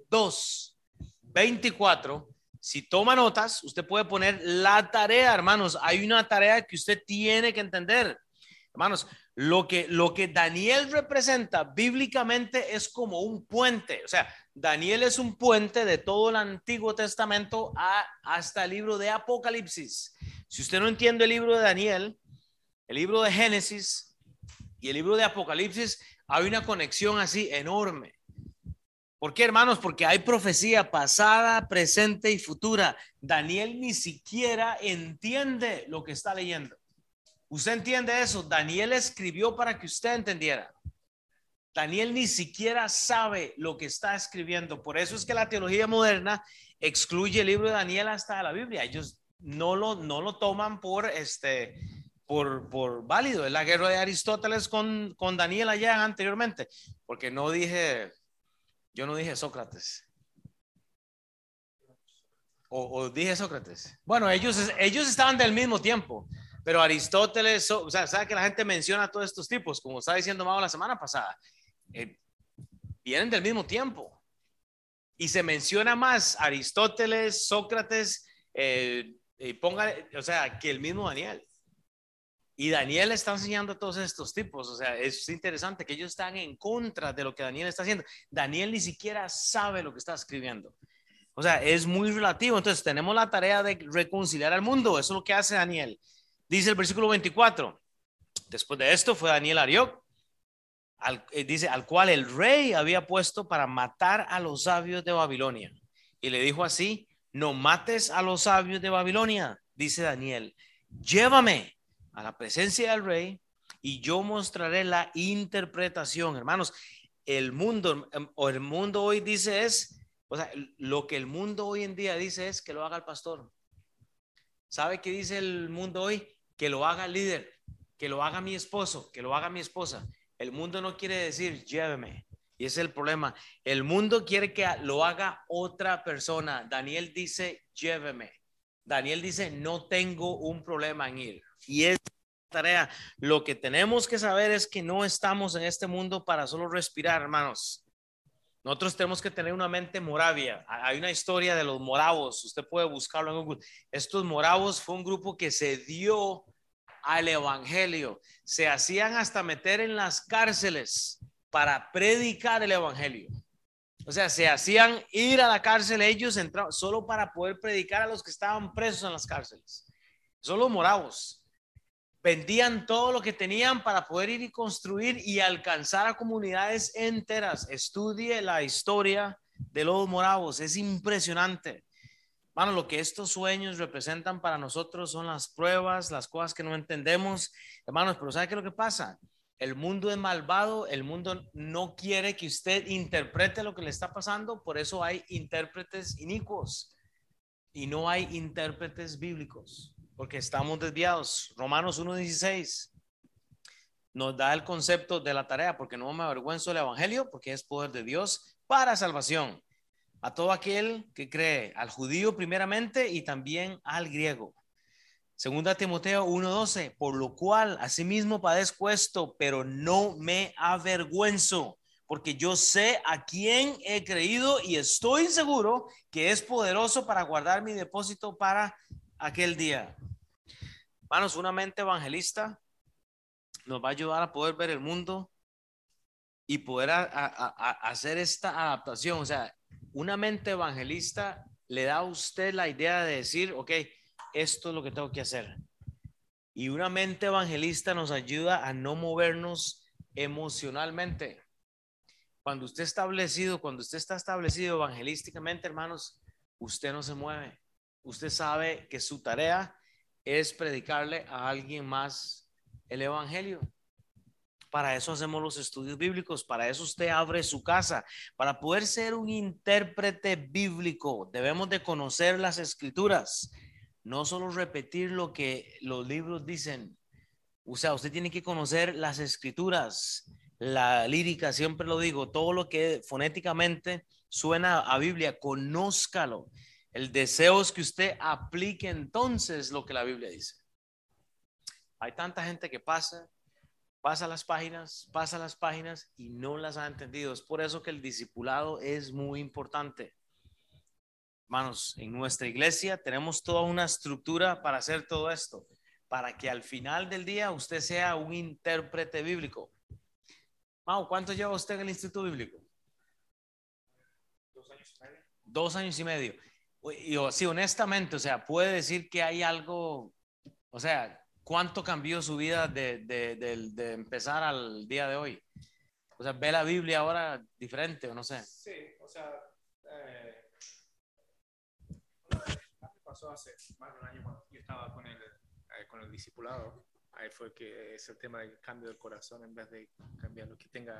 2:24, si toma notas, usted puede poner la tarea, hermanos. Hay una tarea que usted tiene que entender. Hermanos, lo que Daniel representa bíblicamente es como un puente. O sea, Daniel es un puente de todo el Antiguo Testamento hasta el libro de Apocalipsis. Si usted no entiende el libro de Daniel, el libro de Génesis y el libro de Apocalipsis, hay una conexión así enorme. ¿Por qué, hermanos? Porque hay profecía pasada, presente y futura. Daniel ni siquiera entiende lo que está leyendo. ¿Usted entiende eso? Daniel escribió para que usted entendiera. Daniel ni siquiera sabe lo que está escribiendo. Por eso es que la teología moderna excluye el libro de Daniel hasta de la Biblia. Ellos no lo toman por válido. Es la guerra de Aristóteles con Daniel allá anteriormente. Porque yo no dije Sócrates. O dije Sócrates. Bueno, ellos estaban del mismo tiempo. Pero Aristóteles, o sea, sabe que la gente menciona a todos estos tipos, como estaba diciendo Mau la semana pasada, vienen del mismo tiempo. Y se menciona más Aristóteles, Sócrates, Y póngale, o sea, que el mismo Daniel. Y Daniel está enseñando a todos estos tipos. O sea, es interesante que ellos están en contra de lo que Daniel está haciendo. Daniel ni siquiera sabe lo que está escribiendo. O sea, es muy relativo. Entonces, tenemos la tarea de reconciliar al mundo. Eso es lo que hace Daniel. Dice el versículo 24. Después de esto fue Daniel a Arioc, dice, al cual el rey había puesto para matar a los sabios de Babilonia. Y le dijo así: no mates a los sabios de Babilonia, dice Daniel. Llévame a la presencia del rey y yo mostraré la interpretación. Hermanos, el mundo hoy dice o sea, lo que el mundo hoy en día dice es que lo haga el pastor. ¿Sabe qué dice el mundo hoy? Que lo haga el líder, que lo haga mi esposo, que lo haga mi esposa. El mundo no quiere decir lléveme. Y ese es el problema. El mundo quiere que lo haga otra persona. Daniel dice lléveme. Daniel dice no tengo un problema en ir. Y es tarea. Lo que tenemos que saber es que no estamos en este mundo para solo respirar, hermanos. Nosotros tenemos que tener una mente moravia. Hay una historia de los moravos. Usted puede buscarlo en Google. Estos moravos fue un grupo que se dio al evangelio. Se hacían hasta meter en las cárceles para predicar el evangelio. O sea, se hacían ir a la cárcel ellos solo para poder predicar a los que estaban presos en las cárceles. Son los moravos. Vendían todo lo que tenían para poder ir y construir y alcanzar a comunidades enteras. Estudie la historia de los moravos. Es impresionante. Bueno, lo que estos sueños representan para nosotros son las pruebas, las cosas que no entendemos, hermanos, pero ¿sabe qué es lo que pasa? El mundo es malvado, el mundo no quiere que usted interprete lo que le está pasando, por eso hay intérpretes inicuos y no hay intérpretes bíblicos, porque estamos desviados. Romanos 1:16 nos da el concepto de la tarea, porque no me avergüenzo del evangelio, porque es poder de Dios para salvación a todo aquel que cree, al judío primeramente y también al griego. Segunda Timoteo 1:12, por lo cual asimismo padezco esto, pero no me avergüenzo, porque yo sé a quién he creído y estoy seguro que es poderoso para guardar mi depósito para aquel día. Hermanos, una mente evangelista nos va a ayudar a poder ver el mundo y poder hacer esta adaptación. O sea, una mente evangelista le da a usted la idea de decir, ok, esto es lo que tengo que hacer. Y una mente evangelista nos ayuda a no movernos emocionalmente. Cuando usted está establecido evangelísticamente, hermanos, usted no se mueve. Usted sabe que su tarea es predicarle a alguien más el evangelio. Para eso hacemos los estudios bíblicos, para eso usted abre su casa. Para poder ser un intérprete bíblico, debemos de conocer las escrituras, no solo repetir lo que los libros dicen. O sea, usted tiene que conocer las escrituras, la lírica, siempre lo digo, todo lo que fonéticamente suena a Biblia, conózcalo. El deseo es que usted aplique entonces lo que la Biblia dice. Hay tanta gente que pasa las páginas y no las ha entendido. Es por eso que el discipulado es muy importante. Hermanos, en nuestra iglesia tenemos toda una estructura para hacer todo esto, para que al final del día usted sea un intérprete bíblico. Mau, ¿cuánto lleva usted en el Instituto Bíblico? 2 años y medio. 2 años y medio. Y sí, honestamente, o sea, puede decir que hay algo, o sea, ¿cuánto cambió su vida de empezar al día de hoy? O sea, ¿ve la Biblia ahora diferente o no sé? Sí, o sea, pasó hace más de un año cuando yo estaba con el discipulado. Ahí fue que es el tema del cambio del corazón en vez de cambiar lo que tenga.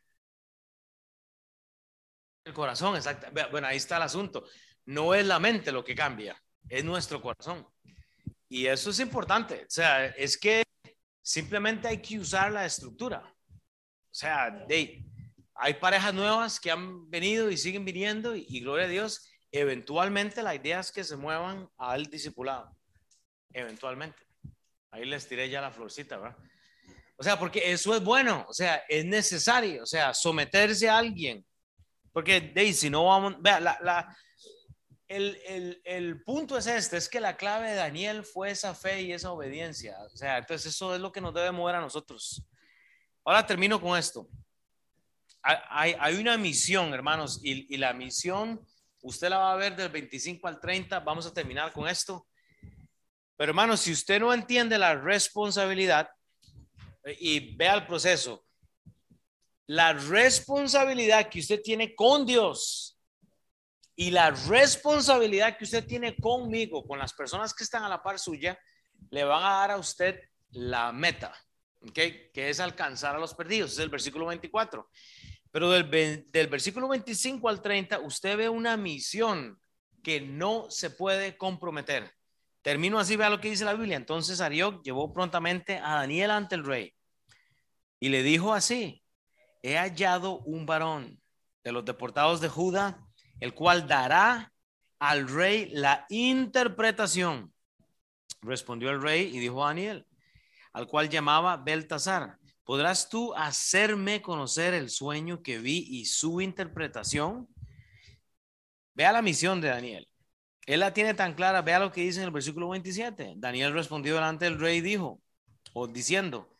El corazón, exacto. Bueno, ahí está el asunto. No es la mente lo que cambia, es nuestro corazón. Y eso es importante. O sea, es que simplemente hay que usar la estructura. O sea, hay parejas nuevas que han venido y siguen viniendo y gloria a Dios, eventualmente la idea es que se muevan al discipulado. Eventualmente. Ahí les tiré ya la florcita, ¿verdad? O sea, porque eso es bueno, o sea, es necesario, o sea, someterse a alguien. Porque, si no vamos, vea, el punto es este, es que la clave de Daniel fue esa fe y esa obediencia. O sea, entonces eso es lo que nos debe mover a nosotros. Ahora termino con esto. Hay una misión, hermanos, y la misión, usted la va a ver del 25 al 30. Vamos a terminar con esto. Pero hermanos, si usted no entiende la responsabilidad y vea el proceso, la responsabilidad que usted tiene con Dios y la responsabilidad que usted tiene conmigo, con las personas que están a la par suya, le van a dar a usted la meta, ¿okay? Que es alcanzar a los perdidos. Es el versículo 24. Pero del versículo 25 al 30, usted ve una misión que no se puede comprometer. Termino así, vea lo que dice la Biblia. Entonces Arioc llevó prontamente a Daniel ante el rey y le dijo así: he hallado un varón de los deportados de Judá, el cual dará al rey la interpretación. Respondió el rey y dijo a Daniel, al cual llamaba Beltasar: ¿podrás tú hacerme conocer el sueño que vi y su interpretación? Vea la misión de Daniel. Él la tiene tan clara. Vea lo que dice en el versículo 27. Daniel respondió delante del rey y dijo, o diciendo,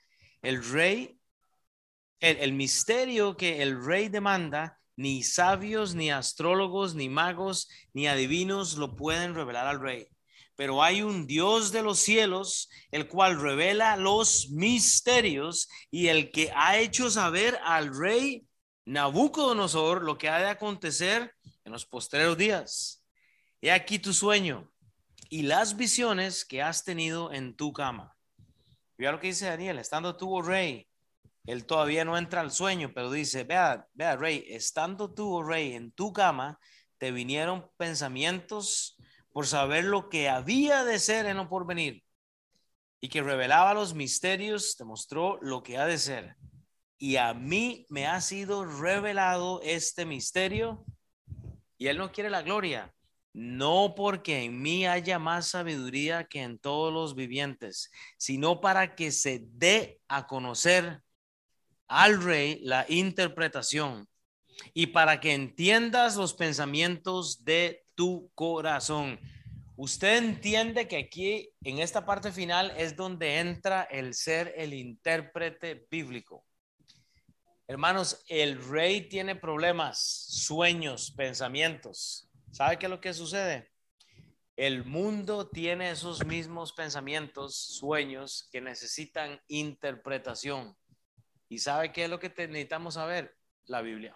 el misterio que el rey demanda, ni sabios, ni astrólogos, ni magos, ni adivinos lo pueden revelar al rey. Pero hay un Dios de los cielos, el cual revela los misterios y el que ha hecho saber al rey Nabucodonosor lo que ha de acontecer en los postreros días. He aquí tu sueño y las visiones que has tenido en tu cama. Vea lo que dice Daniel, estando tú, oh rey. Él todavía no entra al sueño, pero dice, vea, rey, estando tú, oh rey, en tu cama, te vinieron pensamientos por saber lo que había de ser en lo porvenir, y que revelaba los misterios, te mostró lo que ha de ser. Y a mí me ha sido revelado este misterio, y él no quiere la gloria, no porque en mí haya más sabiduría que en todos los vivientes, sino para que se dé a conocer al rey la interpretación y para que entiendas los pensamientos de tu corazón. Usted entiende que aquí en esta parte final es donde entra el ser el intérprete bíblico. Hermanos, el rey tiene problemas, sueños, pensamientos. ¿Sabe qué es lo que sucede? El mundo tiene esos mismos pensamientos, sueños que necesitan interpretación. ¿Y sabe qué es lo que necesitamos saber? La Biblia.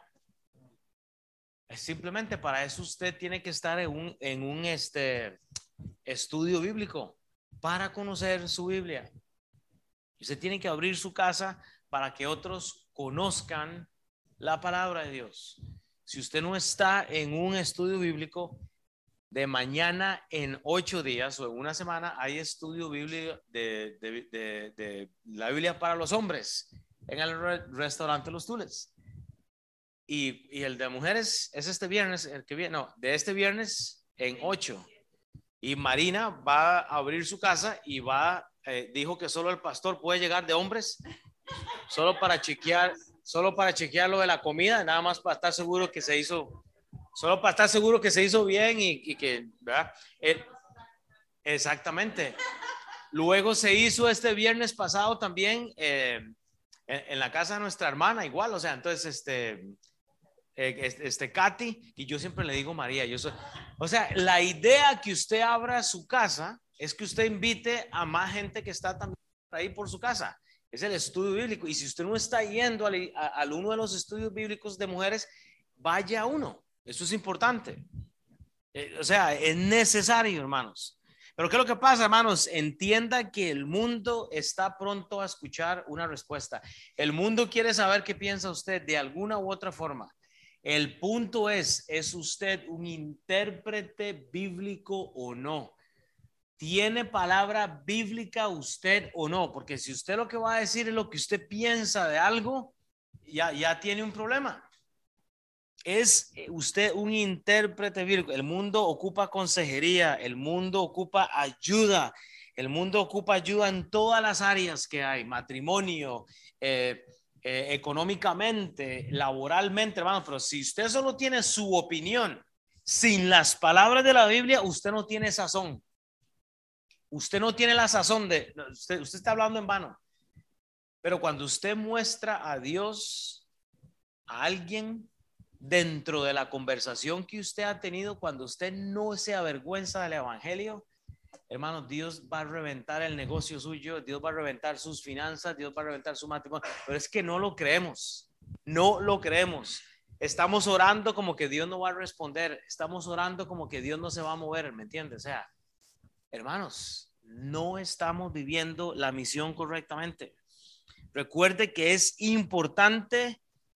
Es simplemente para eso usted tiene que estar en un estudio bíblico para conocer su Biblia. Usted tiene que abrir su casa para que otros conozcan la palabra de Dios. Si usted no está en un estudio bíblico, de mañana en 8 días o en una semana hay estudio bíblico de la Biblia para los hombres en el restaurante Los Tules. Y el de mujeres es este viernes, el que viene, no, de este viernes en 8. Y Marina va a abrir su casa y dijo que solo el pastor puede llegar de hombres, solo para chequear lo de la comida, nada más para estar seguro que se hizo, bien y que, ¿verdad? Exactamente. Luego se hizo este viernes pasado también en la casa de nuestra hermana, igual, o sea, entonces Katy, y yo siempre le digo María, o sea, la idea que usted abra su casa es que usted invite a más gente que está también ahí por su casa. Es el estudio bíblico, y si usted no está yendo al uno de los estudios bíblicos de mujeres, vaya a uno. Eso es importante. O sea, es necesario, hermanos. Pero ¿qué es lo que pasa, hermanos? Entienda que el mundo está pronto a escuchar una respuesta. El mundo quiere saber qué piensa usted de alguna u otra forma. El punto ¿es usted un intérprete bíblico o no? ¿Tiene palabra bíblica usted o no? Porque si usted lo que va a decir es lo que usted piensa de algo, ya tiene un problema. ¿Es usted un intérprete bíblico? El mundo ocupa consejería, el mundo ocupa ayuda, el mundo ocupa ayuda en todas las áreas que hay, matrimonio, económicamente, laboralmente, hermano. Pero si usted solo tiene su opinión Sin las palabras de la Biblia, usted no tiene sazón. Usted no tiene la sazón de, usted está hablando en vano. Pero cuando usted muestra a Dios, a alguien, dentro de la conversación que usted ha tenido, cuando usted no se avergüenza del evangelio, hermano, Dios va a reventar el negocio suyo, Dios va a reventar sus finanzas, Dios va a reventar su matrimonio. Pero es que no lo creemos, no lo creemos. Estamos orando como que Dios no va a responder, estamos orando como que Dios no se va a mover, ¿me entiendes? O sea, hermanos, no estamos viviendo la misión correctamente. Recuerde que es importante,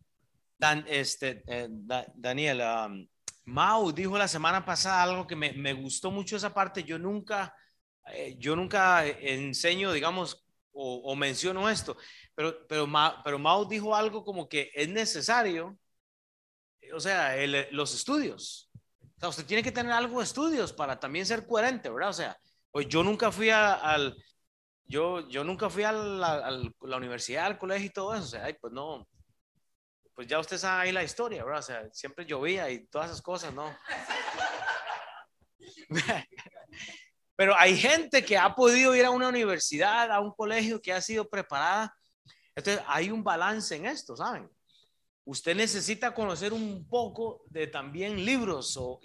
Daniel, Mau dijo la semana pasada algo que me gustó mucho esa parte. Yo nunca enseño, digamos, o menciono esto, pero Mau dijo algo como que es necesario, o sea, los estudios. O sea, usted tiene que tener algo de estudios para también ser coherente, ¿verdad? O sea, pues yo nunca fui yo nunca fui a la universidad, al colegio y todo eso. O sea, pues no, pues ya usted sabe ahí la historia, ¿verdad? O sea, siempre llovía y todas esas cosas, ¿no? Pero hay gente que ha podido ir a una universidad, a un colegio, que ha sido preparada. Entonces, hay un balance en esto, ¿saben? Usted necesita conocer un poco de también libros o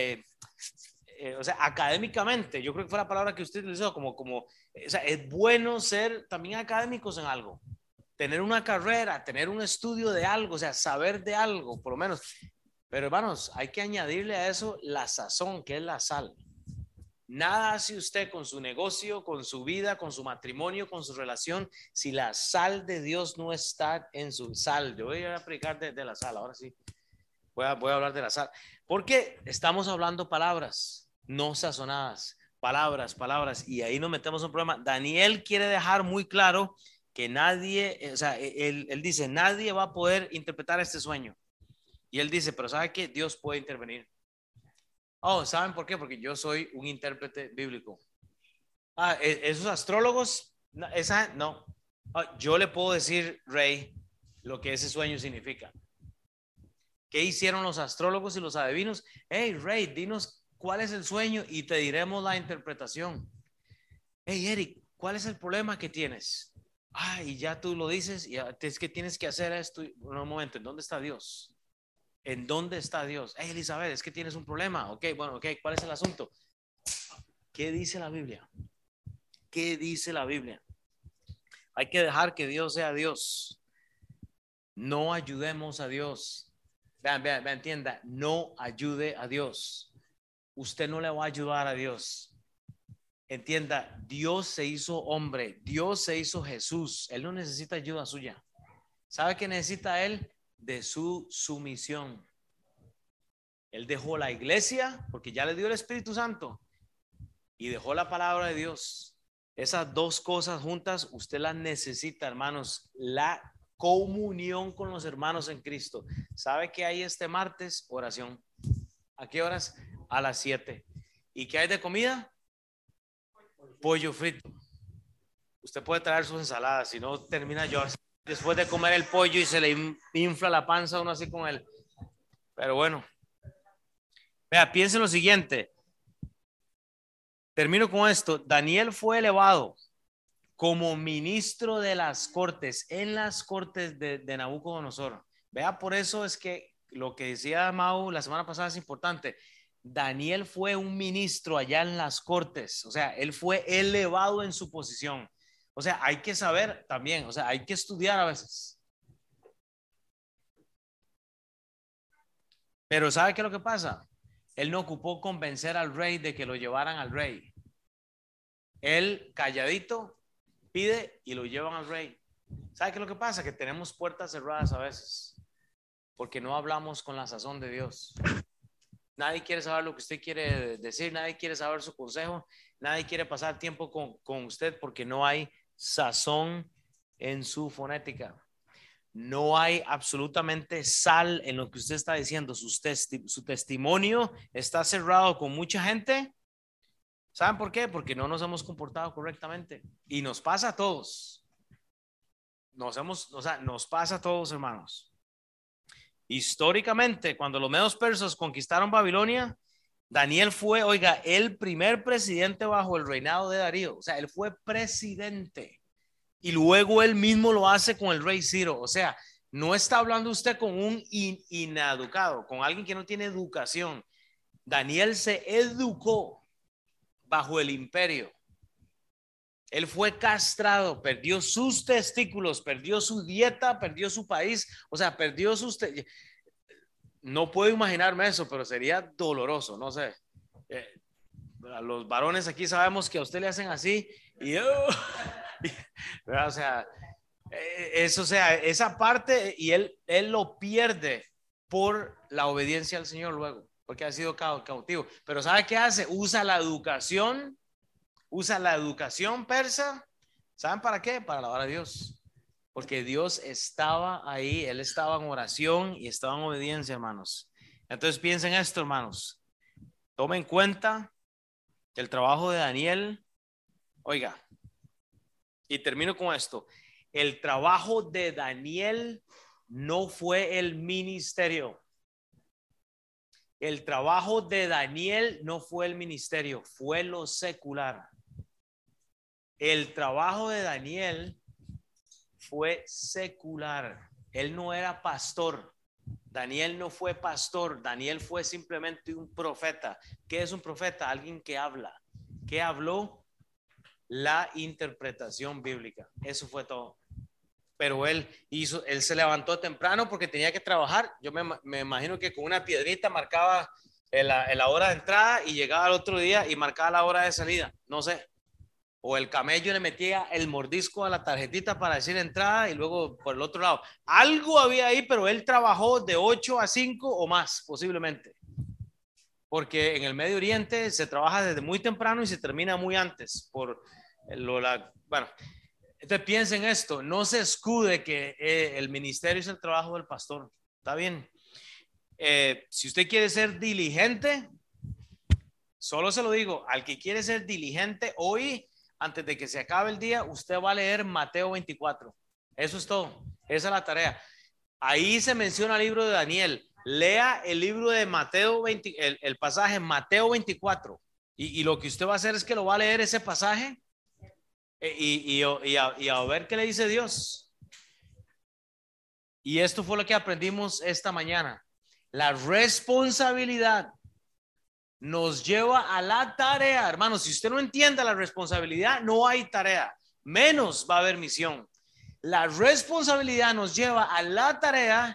sea, académicamente. Yo creo que fue la palabra que usted utilizó, o sea, es bueno ser también académicos en algo. Tener una carrera, tener un estudio de algo, o sea, saber de algo, por lo menos. Pero hermanos, hay que añadirle a eso la sazón, que es la sal. Nada hace usted con su negocio, con su vida, con su matrimonio, con su relación, si la sal de Dios no está en su sal. Yo voy a predicar de la sal, ahora sí. Voy a hablar de la sal. Porque estamos hablando palabras no sazonadas. Palabras. Y ahí nos metemos en un problema. Daniel quiere dejar muy claro que nadie, o sea, él dice, nadie va a poder interpretar este sueño. Y él dice, pero ¿sabe qué? Dios puede intervenir. Oh, ¿saben por qué? Porque yo soy un intérprete bíblico. Esos astrólogos, no. Yo le puedo decir, Rey, lo que ese sueño significa. ¿Qué hicieron los astrólogos y los adivinos? Hey, Rey, dinos cuál es el sueño y te diremos la interpretación. Hey, Eric, ¿cuál es el problema que tienes? Y ya tú lo dices y es que tienes que hacer esto. Un momento, ¿en dónde está Dios? ¿En dónde está Dios? Hey, Elizabeth, es que tienes un problema. Ok, ¿cuál es el asunto? ¿Qué dice la Biblia? ¿Qué dice la Biblia? Hay que dejar que Dios sea Dios. No ayudemos a Dios. Vean, entienda, no ayude a Dios. Usted no le va a ayudar a Dios. Entienda, Dios se hizo hombre, Dios se hizo Jesús. Él no necesita ayuda suya. ¿Sabe qué necesita él? De su sumisión. Él dejó la iglesia porque ya le dio el Espíritu Santo y dejó la palabra de Dios. Esas dos cosas juntas, usted las necesita, hermanos. La comunión con los hermanos en Cristo. ¿Sabe qué hay este martes? Oración. ¿A qué horas? A las 7. ¿Y qué hay de comida? Pollo frito. Usted puede traer su ensalada, si no termina yo después de comer el pollo y se le infla la panza a uno así con él. Pero bueno. Vea, piense en lo siguiente. Termino con esto. Daniel fue elevado como ministro de las cortes, en las cortes de Nabucodonosor. Vea, por eso es que lo que decía Mau la semana pasada es importante. Daniel fue un ministro allá en las cortes, o sea, él fue elevado en su posición. O sea, hay que saber también, o sea, hay que estudiar a veces. Pero ¿sabe qué es lo que pasa? Él no ocupó convencer al rey de que lo llevaran al rey. Él calladito pide y lo llevan al rey. ¿Sabe qué es lo que pasa? Que tenemos puertas cerradas a veces porque no hablamos con la sazón de Dios. Nadie quiere saber lo que usted quiere decir, nadie quiere saber su consejo, nadie quiere pasar tiempo con usted porque no hay sazón en su fonética. No hay absolutamente sal en lo que usted está diciendo. Su testimonio está cerrado con mucha gente. ¿Saben por qué? Porque no nos hemos comportado correctamente. Y nos pasa a todos. Nos pasa a todos, hermanos. Históricamente, cuando los medos persas conquistaron Babilonia, Daniel fue, oiga, el primer presidente bajo el reinado de Darío. O sea, él fue presidente. Y luego él mismo lo hace con el rey Ciro. O sea, no está hablando usted con un ineducado, con alguien que no tiene educación. Daniel se educó bajo el imperio. Él fue castrado, perdió sus testículos, perdió su dieta, perdió su país, o sea, perdió sus... No puedo imaginarme eso, pero sería doloroso, no sé. A los varones aquí sabemos que a usted le hacen así y... o sea, eso, o sea, esa parte, y él lo pierde por la obediencia al Señor luego, porque ha sido cautivo. Pero ¿sabe qué hace? Usa la educación persa. ¿Saben para qué? Para alabar a Dios. Porque Dios estaba ahí, Él estaba en oración y estaba en obediencia, hermanos. Entonces piensen esto, hermanos. Tomen en cuenta el trabajo de Daniel. Oiga, y termino con esto. El trabajo de Daniel no fue el ministerio. El trabajo de Daniel no fue el ministerio, fue lo secular. El trabajo de Daniel fue secular. Él no era pastor. Daniel no fue pastor. Daniel fue simplemente un profeta. ¿Qué es un profeta? Alguien que habla. ¿Qué habló? La interpretación bíblica. Eso fue todo. Pero él se levantó temprano porque tenía que trabajar. Yo me imagino que con una piedrita marcaba la hora de entrada y llegaba al otro día y marcaba la hora de salida. No sé. O el camello le metía el mordisco a la tarjetita para decir entrada y luego por el otro lado. Algo había ahí, pero él trabajó de 8 a 5 o más, posiblemente. Porque en el Medio Oriente se trabaja desde muy temprano y se termina muy antes. Bueno, entonces piensen esto, no se escude que el ministerio es el trabajo del pastor. ¿Está bien? Si usted quiere ser diligente, solo se lo digo, al que quiere ser diligente hoy, antes de que se acabe el día, usted va a leer Mateo 24. Eso es todo. Esa es la tarea. Ahí se menciona el libro de Daniel. Lea el libro de Mateo 20, el pasaje Mateo 24. Y lo que usted va a hacer es que lo va a leer ese pasaje y a ver qué le dice Dios. Y esto fue lo que aprendimos esta mañana. La responsabilidad nos lleva a la tarea. Hermanos, si usted no entiende la responsabilidad, no hay tarea, menos va a haber misión. La responsabilidad nos lleva a la tarea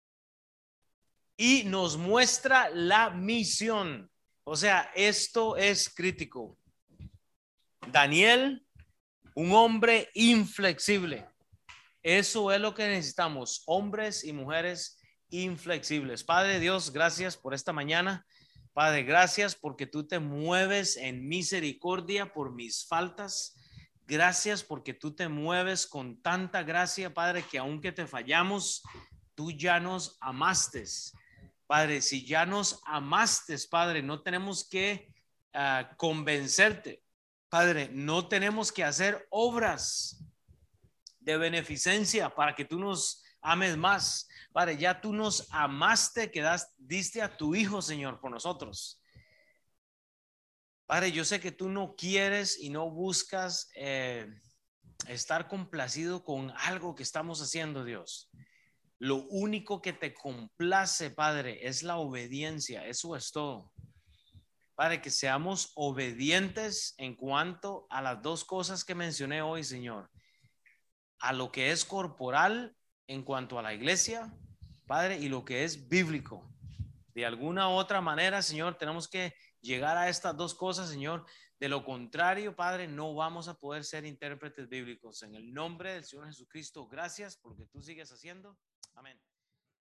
y nos muestra la misión. O sea, esto es crítico. Daniel, un hombre inflexible. Eso es lo que necesitamos, hombres y mujeres inflexibles. Padre Dios, gracias por esta mañana. Padre, gracias porque tú te mueves en misericordia por mis faltas. Gracias porque tú te mueves con tanta gracia, Padre, que aunque te fallamos, tú ya nos amaste. Padre, si ya nos amaste, Padre, no tenemos que convencerte. Padre, no tenemos que hacer obras de beneficencia para que tú nos ames más. Padre, ya tú nos amaste, que diste a tu Hijo, Señor, por nosotros. Padre, yo sé que tú no quieres y no buscas estar complacido con algo que estamos haciendo, Dios. Lo único que te complace, Padre, es la obediencia. Eso es todo. Padre, que seamos obedientes en cuanto a las dos cosas que mencioné hoy, Señor. A lo que es corporal en cuanto a la iglesia, Padre, y lo que es bíblico. De alguna u otra manera, Señor, tenemos que llegar a estas dos cosas, Señor. De lo contrario, Padre, no vamos a poder ser intérpretes bíblicos. En el nombre del Señor Jesucristo, gracias por lo que tú sigues haciendo. Amén.